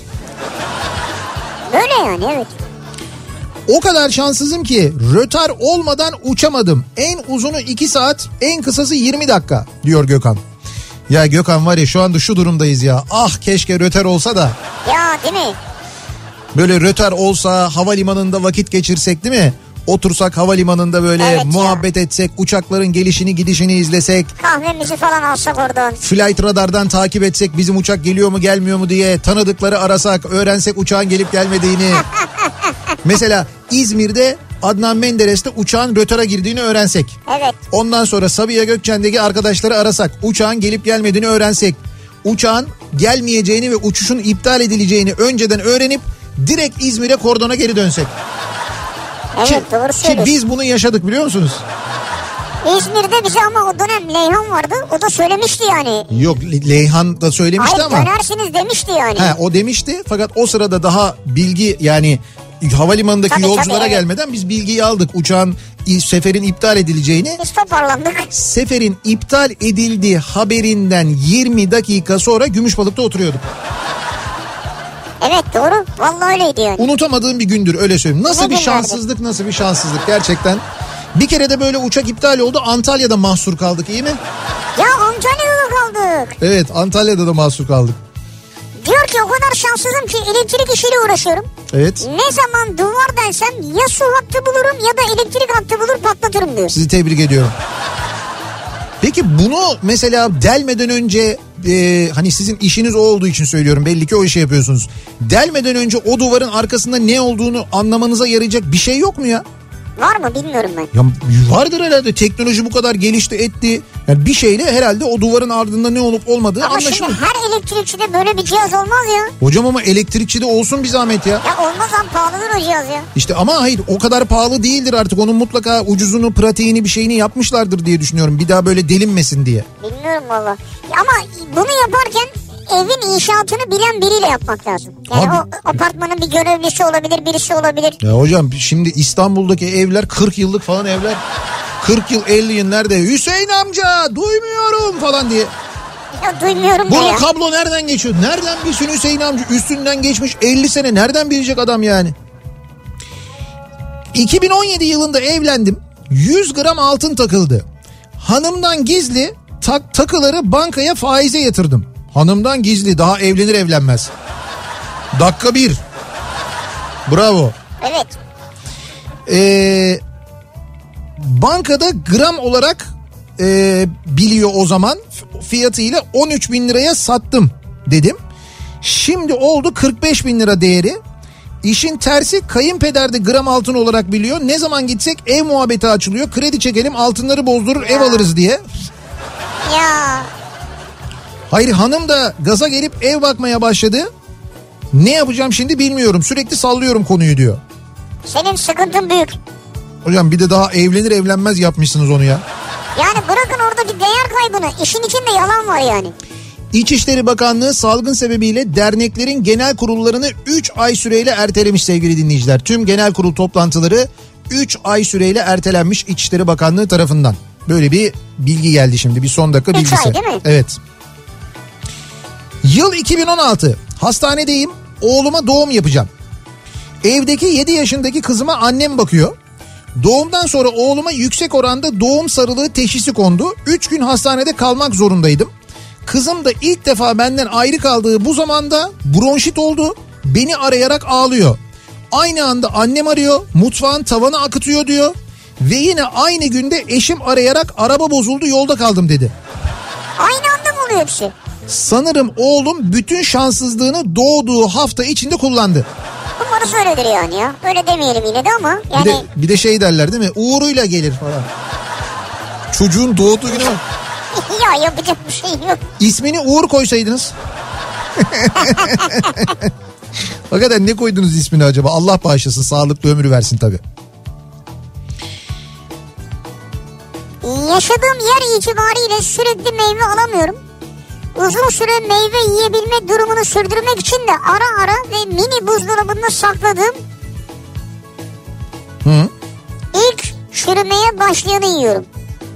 Böyle yani, evet. O kadar şanssızım ki rötar olmadan uçamadım. En uzunu iki saat, en kısası yirmi dakika diyor Gökhan. Ya Gökhan var ya, şu anda şu durumdayız ya. Ah keşke rötar olsa da. Ya değil mi? Böyle rötar olsa, havalimanında vakit geçirsek, değil mi? Otursak havalimanında böyle Evet muhabbet ya. etsek, uçakların gelişini gidişini izlesek. Kahvemizi falan alsak oradan. Flight radardan takip etsek, bizim uçak geliyor mu gelmiyor mu diye tanıdıkları arasak, öğrensek uçağın gelip gelmediğini. Mesela İzmir'de Adnan Menderes'te uçağın rötara girdiğini öğrensek. Evet. Ondan sonra Sabiha Gökçen'deki arkadaşları arasak, uçağın gelip gelmediğini öğrensek. Uçağın gelmeyeceğini ve uçuşun iptal edileceğini önceden öğrenip direkt İzmir'e kordona geri dönsek. Evet, Ki, doğru ki söylüyorsun. biz bunu yaşadık, biliyor musunuz? İzmir'de bize ama o dönem Leyhan vardı. O da söylemişti yani. Yok, Le- Leyhan da söylemişti Hayır, ama. dönersiniz demişti yani. He, o demişti fakat o sırada daha bilgi, yani havalimanındaki Tabii, yolculara tabii, evet. gelmeden biz bilgiyi aldık. Uçağın seferin iptal edileceğini. Biz toparlandık. Seferin iptal edildiği haberinden yirmi dakika sonra Gümüşbalık'ta oturuyorduk. Evet doğru. Vallahi öyleydi yani. Unutamadığım bir gündür, öyle söyleyeyim. Nasıl Ne bir günlerdi? şanssızlık, nasıl bir şanssızlık gerçekten. Bir kere de böyle uçak iptal oldu. Antalya'da mahsur kaldık, iyi mi? Ya Antalya'da kaldık. Evet, Antalya'da da mahsur kaldık. Diyor ki o kadar şanssızım ki elektrik işiyle uğraşıyorum. Evet. Ne zaman duvar dersem ya su hattı bulurum ya da elektrik hattı bulur patlatırım diyor. Sizi tebrik ediyorum. Peki bunu mesela delmeden önce e, hani sizin işiniz o olduğu için söylüyorum, belli ki o işi yapıyorsunuz. Delmeden önce o duvarın arkasında ne olduğunu anlamanıza yarayacak bir şey yok mu ya? Var mı bilmiyorum ben. Ya vardır herhalde, teknoloji bu kadar gelişti etti. Yani bir şeyle herhalde o duvarın ardında ne olup olmadığı ama anlaşılır. şimdi her elektrikçide böyle bir cihaz olmaz ya. Hocam ama elektrikçide olsun bir zahmet ya. Ya olmaz ama pahalıdır o cihaz ya. İşte ama hayır, o kadar pahalı değildir artık. Onun mutlaka ucuzunu, pratiğini, bir şeyini yapmışlardır diye düşünüyorum. Bir daha böyle delinmesin diye. Bilmiyorum valla. Ama bunu yaparken evin inşaatını bilen biriyle yapmak lazım. Yani Abi, o apartmanın bir görevlisi olabilir, birisi olabilir. Ya hocam şimdi İstanbul'daki evler kırk yıllık falan evler. kırk yıl elli yıl nerede? Hüseyin amca duymuyorum falan diye. Ya duymuyorum Bu ya. kablo nereden geçiyor? Nereden bilsin Hüseyin amca? Üstünden geçmiş elli sene. Nereden bilecek adam yani? iki bin on yedi yılında evlendim. yüz gram altın takıldı. Hanımdan gizli tak takıları bankaya faize yatırdım. Hanımdan gizli, daha evlenir evlenmez. Dakika bir. Bravo. Evet. Ee, bankada gram olarak e, biliyor o zaman, fiyatıyla on üç bin liraya sattım dedim. Şimdi oldu kırk beş bin lira değeri. İşin tersi, kayınpeder de gram altın olarak biliyor. Ne zaman gitsek ev muhabbeti açılıyor. Kredi çekelim, altınları bozdurur, ev alırız diye. Ya. Hayır, hanım da gaza gelip ev bakmaya başladı. Ne yapacağım şimdi bilmiyorum. Sürekli sallıyorum konuyu diyor. Senin sıkıntın büyük. Hocam bir de daha evlenir evlenmez yapmışsınız onu ya. Yani bırakın oradaki değer kaybını. İşin içinde yalan var yani. İçişleri Bakanlığı salgın sebebiyle derneklerin genel kurullarını üç ay süreyle ertelemiş sevgili dinleyiciler. Tüm genel kurul toplantıları üç ay süreyle ertelenmiş İçişleri Bakanlığı tarafından. Böyle bir bilgi geldi şimdi, bir son dakika bilgisi. üç ay değil mi? Evet. Yıl iki bin on altı. Hastanedeyim. Oğluma doğum yapacağım. Evdeki yedi yaşındaki kızıma annem bakıyor. Doğumdan sonra oğluma yüksek oranda doğum sarılığı teşhisi kondu. üç gün hastanede kalmak zorundaydım. Kızım da ilk defa benden ayrı kaldığı bu zamanda bronşit oldu. Beni arayarak ağlıyor. Aynı anda annem arıyor. Mutfağın tavanı akıtıyor diyor. Ve yine aynı günde eşim arayarak araba bozuldu, yolda kaldım dedi. Aynı anda mı oluyor hepsi? Sanırım oğlum bütün şanssızlığını doğduğu hafta içinde kullandı. Umarız öyledir yani ya. Öyle demeyelim yine de ama yani... Bir de, bir de şey derler değil mi? Uğruyla gelir falan. Çocuğun doğduğu güne bak. ya yapacak bir şey yok. İsmini Uğur koysaydınız. Hakikaten ne koydunuz ismini acaba? Allah bağışlasın, sağlıklı ömür versin tabii. Yaşadığım yer itibariyle sürekli meyve alamıyorum. Uzun süre meyve yiyebilme durumunu sürdürmek için de ara ara ve mini buzdolabında sakladığım Hı? ilk çürümeye başlayanı yiyorum.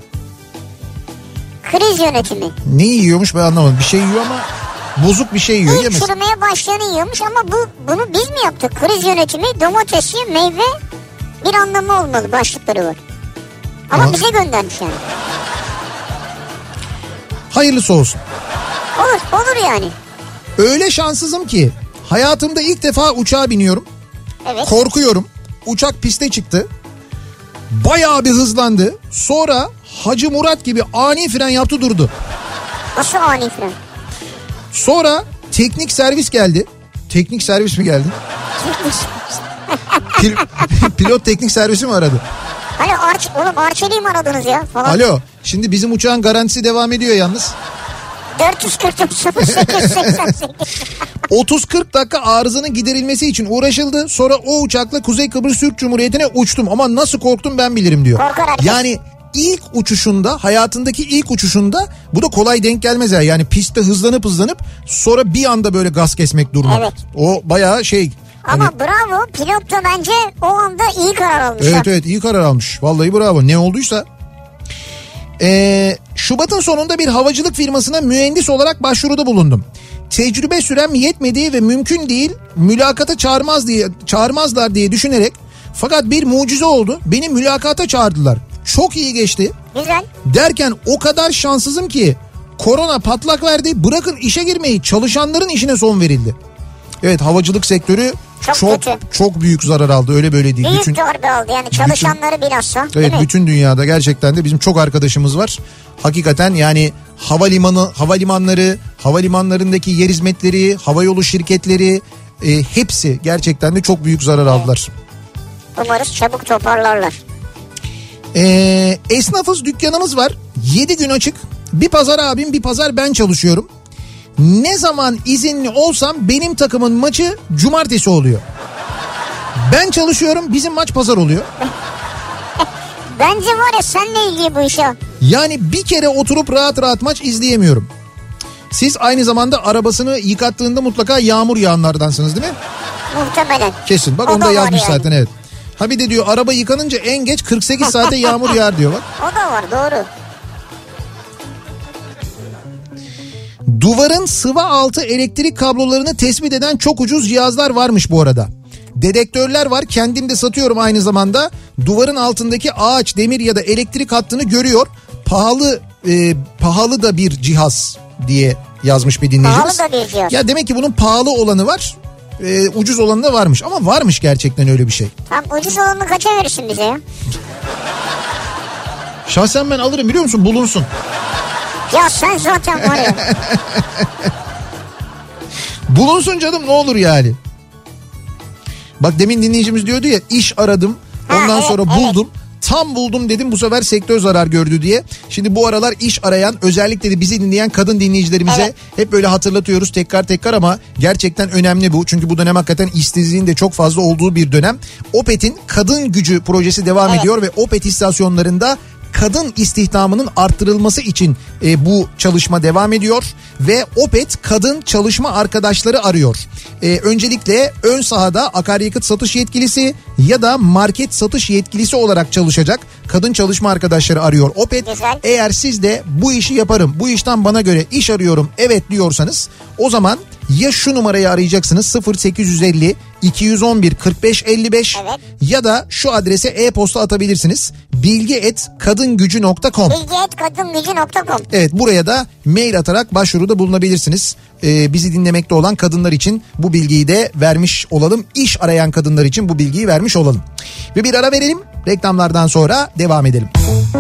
Kriz yönetimi. Ne yiyormuş ben anlamadım. Bir şey yiyor ama bozuk bir şey yiyor. İlk Yemez. çürümeye başlayanı yiyormuş ama bu bunu biz mi yaptık? Kriz yönetimi, domatesi, meyve bir anlamı olmalı, başlıkları var. Ama Aha. bize göndermiş yani. Hayırlısı olsun. Olur, olur yani. Öyle şanssızım ki hayatımda ilk defa uçağa biniyorum. Evet. Korkuyorum. Uçak piste çıktı. Bayağı bir hızlandı. Sonra Hacı Murat gibi ani fren yaptı, durdu. Nasıl ani fren? Sonra teknik servis geldi. Teknik servis mi geldi? Pil, pilot teknik servisi mi aradı? Alo Arç, oğlum Arçeli'yi mi aradınız ya falan. Alo, şimdi bizim uçağın garantisi devam ediyor yalnız. dört yüz kırk dört sıfır sekiz seksen sekiz otuz kırk dakika arızanın giderilmesi için uğraşıldı. Sonra o uçakla Kuzey Kıbrıs Türk Cumhuriyeti'ne uçtum. Ama nasıl korktum ben bilirim diyor. Korkar herkes. Yani ilk uçuşunda, hayatındaki ilk uçuşunda, bu da kolay denk gelmez ya. Yani pistte hızlanıp hızlanıp sonra bir anda böyle gaz kesmek durumu. Evet. O bayağı şey. Ama hani... bravo, pilot da bence o anda iyi karar almış. Evet evet, iyi karar almış. Vallahi bravo, ne olduysa. Ee, Şubat'ın sonunda bir havacılık firmasına mühendis olarak başvuruda bulundum. Tecrübe sürem yetmediği ve mümkün değil mülakata çağırmaz diye çağırmazlar diye düşünerek, fakat bir mucize oldu. Beni mülakata çağırdılar. Çok iyi geçti. Güzel. Derken o kadar şanssızım ki korona patlak verdi. Bırakın işe girmeyi, çalışanların işine son verildi. Evet, havacılık sektörü Çok, çok kötü. çok büyük zarar aldı, öyle böyle değil. Büyük bütün, darbe aldı yani çalışanları bütün, bilhassa. Evet, bütün dünyada gerçekten de bizim çok arkadaşımız var. Hakikaten yani havalimanı, havalimanları, havalimanlarındaki yer hizmetleri, havayolu şirketleri e, hepsi gerçekten de çok büyük zarar aldılar. Umarız çabuk toparlarlar. E, esnafız, dükkanımız var. yedi gün açık. Bir pazar abim, bir pazar ben çalışıyorum. Ne zaman izinli olsam benim takımın maçı cumartesi oluyor. Ben çalışıyorum, bizim maç pazar oluyor. Bence var ya seninle ilgili bu iş ya. Yani bir kere oturup rahat rahat maç izleyemiyorum. Siz aynı zamanda arabasını yıkattığında mutlaka yağmur yağanlardansınız değil mi? Muhtemelen. Kesin, bak o onu da yazmış yani. zaten, evet. Ha bir de diyor araba yıkanınca en geç kırk sekiz saate yağmur yağar diyor bak. O da var, doğru. Duvarın sıva altı elektrik kablolarını tespit eden çok ucuz cihazlar varmış bu arada. Dedektörler var, kendim de satıyorum aynı zamanda. Duvarın altındaki ağaç, demir ya da elektrik hattını görüyor. Pahalı e, pahalı da bir cihaz diye yazmış bir dinleyicimiz. Pahalı da bir cihaz. Ya demek ki bunun pahalı olanı var, e, ucuz olanı da varmış. Ama varmış gerçekten öyle bir şey. Tam ucuz olanını kaça verirsin bize ya? Şahsen ben alırım, biliyor musun, bulunsun. Ya sen zaten var ya. Bulunsun canım, ne olur yani. Bak demin dinleyicimiz diyordu ya, iş aradım ondan ha, evet, sonra evet. buldum. Tam buldum dedim, bu sefer sektör zarar gördü diye. Şimdi bu aralar iş arayan, özellikle de bizi dinleyen kadın dinleyicilerimize evet. hep böyle hatırlatıyoruz tekrar tekrar ama gerçekten önemli bu. Çünkü bu dönem hakikaten işsizliğin de çok fazla olduğu bir dönem. Opet'in Kadın Gücü projesi devam evet. ediyor ve Opet istasyonlarında kadın istihdamının arttırılması için e, bu çalışma devam ediyor ve Opet kadın çalışma arkadaşları arıyor. E, öncelikle ön sahada akaryakıt satış yetkilisi ya da market satış yetkilisi olarak çalışacak kadın çalışma arkadaşları arıyor Opet. Güzel. Eğer siz de bu işi yaparım, bu işten bana göre iş arıyorum, evet diyorsanız o zaman ya şu numarayı arayacaksınız sıfır sekiz yüz elli iki yüz on bir kırk beş elli beş evet. ya da şu adrese e-posta atabilirsiniz. bilgi et kadingücü nokta com. bilgi et kadingücü nokta com. Evet, buraya da mail atarak başvuruda bulunabilirsiniz. Ee, bizi dinlemekte olan kadınlar için bu bilgiyi de vermiş olalım. İş arayan kadınlar için bu bilgiyi vermiş olalım. Ve bir ara verelim. Reklamlardan sonra devam edelim.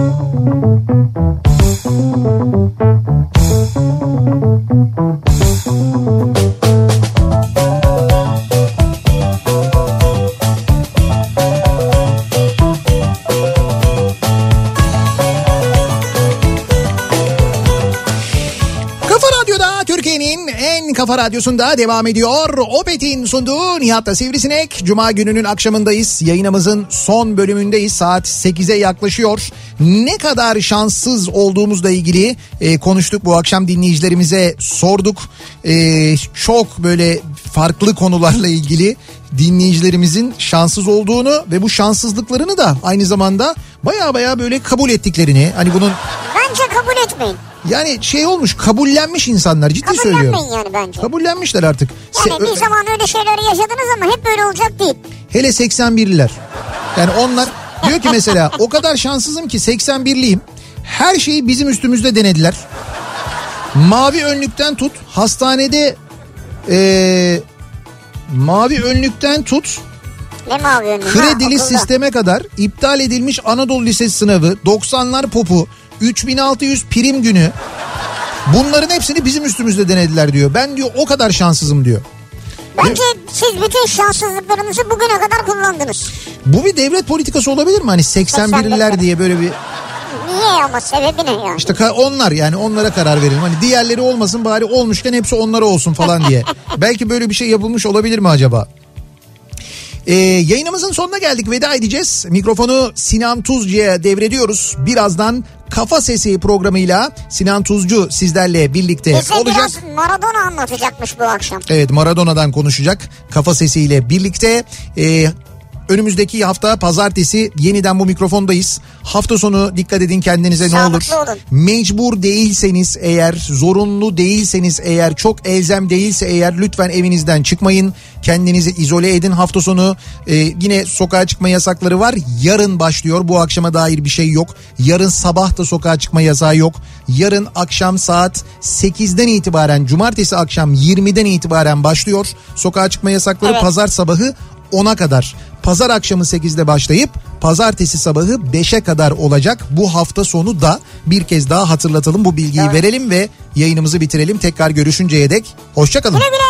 Kafa Radyosu'nda devam ediyor. Opet'in sunduğu Nihat'la Sivrisinek. Cuma gününün akşamındayız. Yayınımızın son bölümündeyiz. Saat sekize yaklaşıyor. Ne kadar şanssız olduğumuzla ilgili e, konuştuk bu akşam, dinleyicilerimize sorduk. E, çok böyle farklı konularla ilgili dinleyicilerimizin şanssız olduğunu ve bu şanssızlıklarını da aynı zamanda baya baya böyle kabul ettiklerini. Hani bunun... Bence kabul etmeyin. Yani şey olmuş, kabullenmiş insanlar, ciddi söylüyorum. Kabullenmeyin yani bence. Kabullenmişler artık. Yani Se- bir zaman öyle şeyler yaşadınız ama hep böyle olacak değil. Hele seksen birliler. Yani onlar diyor ki mesela o kadar şanssızım ki seksen birliyim. Her şeyi bizim üstümüzde denediler. Mavi önlükten tut hastanede ee, mavi önlükten tut ne mavi önlüğü? kredili ha, sisteme kadar iptal edilmiş Anadolu Lisesi sınavı, doksanlar popu, üç bin altı yüz prim günü, bunların hepsini bizim üstümüzde denediler diyor. Ben diyor o kadar şanssızım diyor. Bence siz bütün şanssızlıklarınızı bugüne kadar kullandınız. Bu bir devlet politikası olabilir mi? Hani seksen birliler diye böyle bir... Niye ama, sebebi ne yani? İşte onlar, yani onlara karar verelim. Hani diğerleri olmasın, bari olmuşken hepsi onlara olsun falan diye. Belki böyle bir şey yapılmış olabilir mi acaba? Ee, yayınımızın sonuna geldik, veda edeceğiz. Mikrofonu Sinan Tuzcu'ya devrediyoruz. Birazdan Kafa Sesi programıyla Sinan Tuzcu sizlerle birlikte Bize olacak. biraz Maradona anlatacakmış bu akşam. Evet, Maradona'dan konuşacak Kafa Sesi ile birlikte. Ee, Önümüzdeki hafta pazartesi yeniden bu mikrofondayız. Hafta sonu dikkat edin kendinize, ne olur. Sağlıklı olun. Mecbur değilseniz eğer, zorunlu değilseniz eğer, çok elzem değilse eğer lütfen evinizden çıkmayın. Kendinizi izole edin hafta sonu. Ee, yine sokağa çıkma yasakları var. Yarın başlıyor. Bu akşama dair bir şey yok. Yarın sabah da sokağa çıkma yasağı yok. Yarın akşam saat sekizden itibaren, cumartesi akşam yirmiden itibaren başlıyor. Sokağa çıkma yasakları Evet. pazar sabahı ona kadar. Pazar akşamı sekizde başlayıp pazartesi sabahı beşe kadar olacak. Bu hafta sonu da bir kez daha hatırlatalım, bu bilgiyi Evet. verelim ve yayınımızı bitirelim. Tekrar görüşünceye dek hoşça kalın. Güle güle.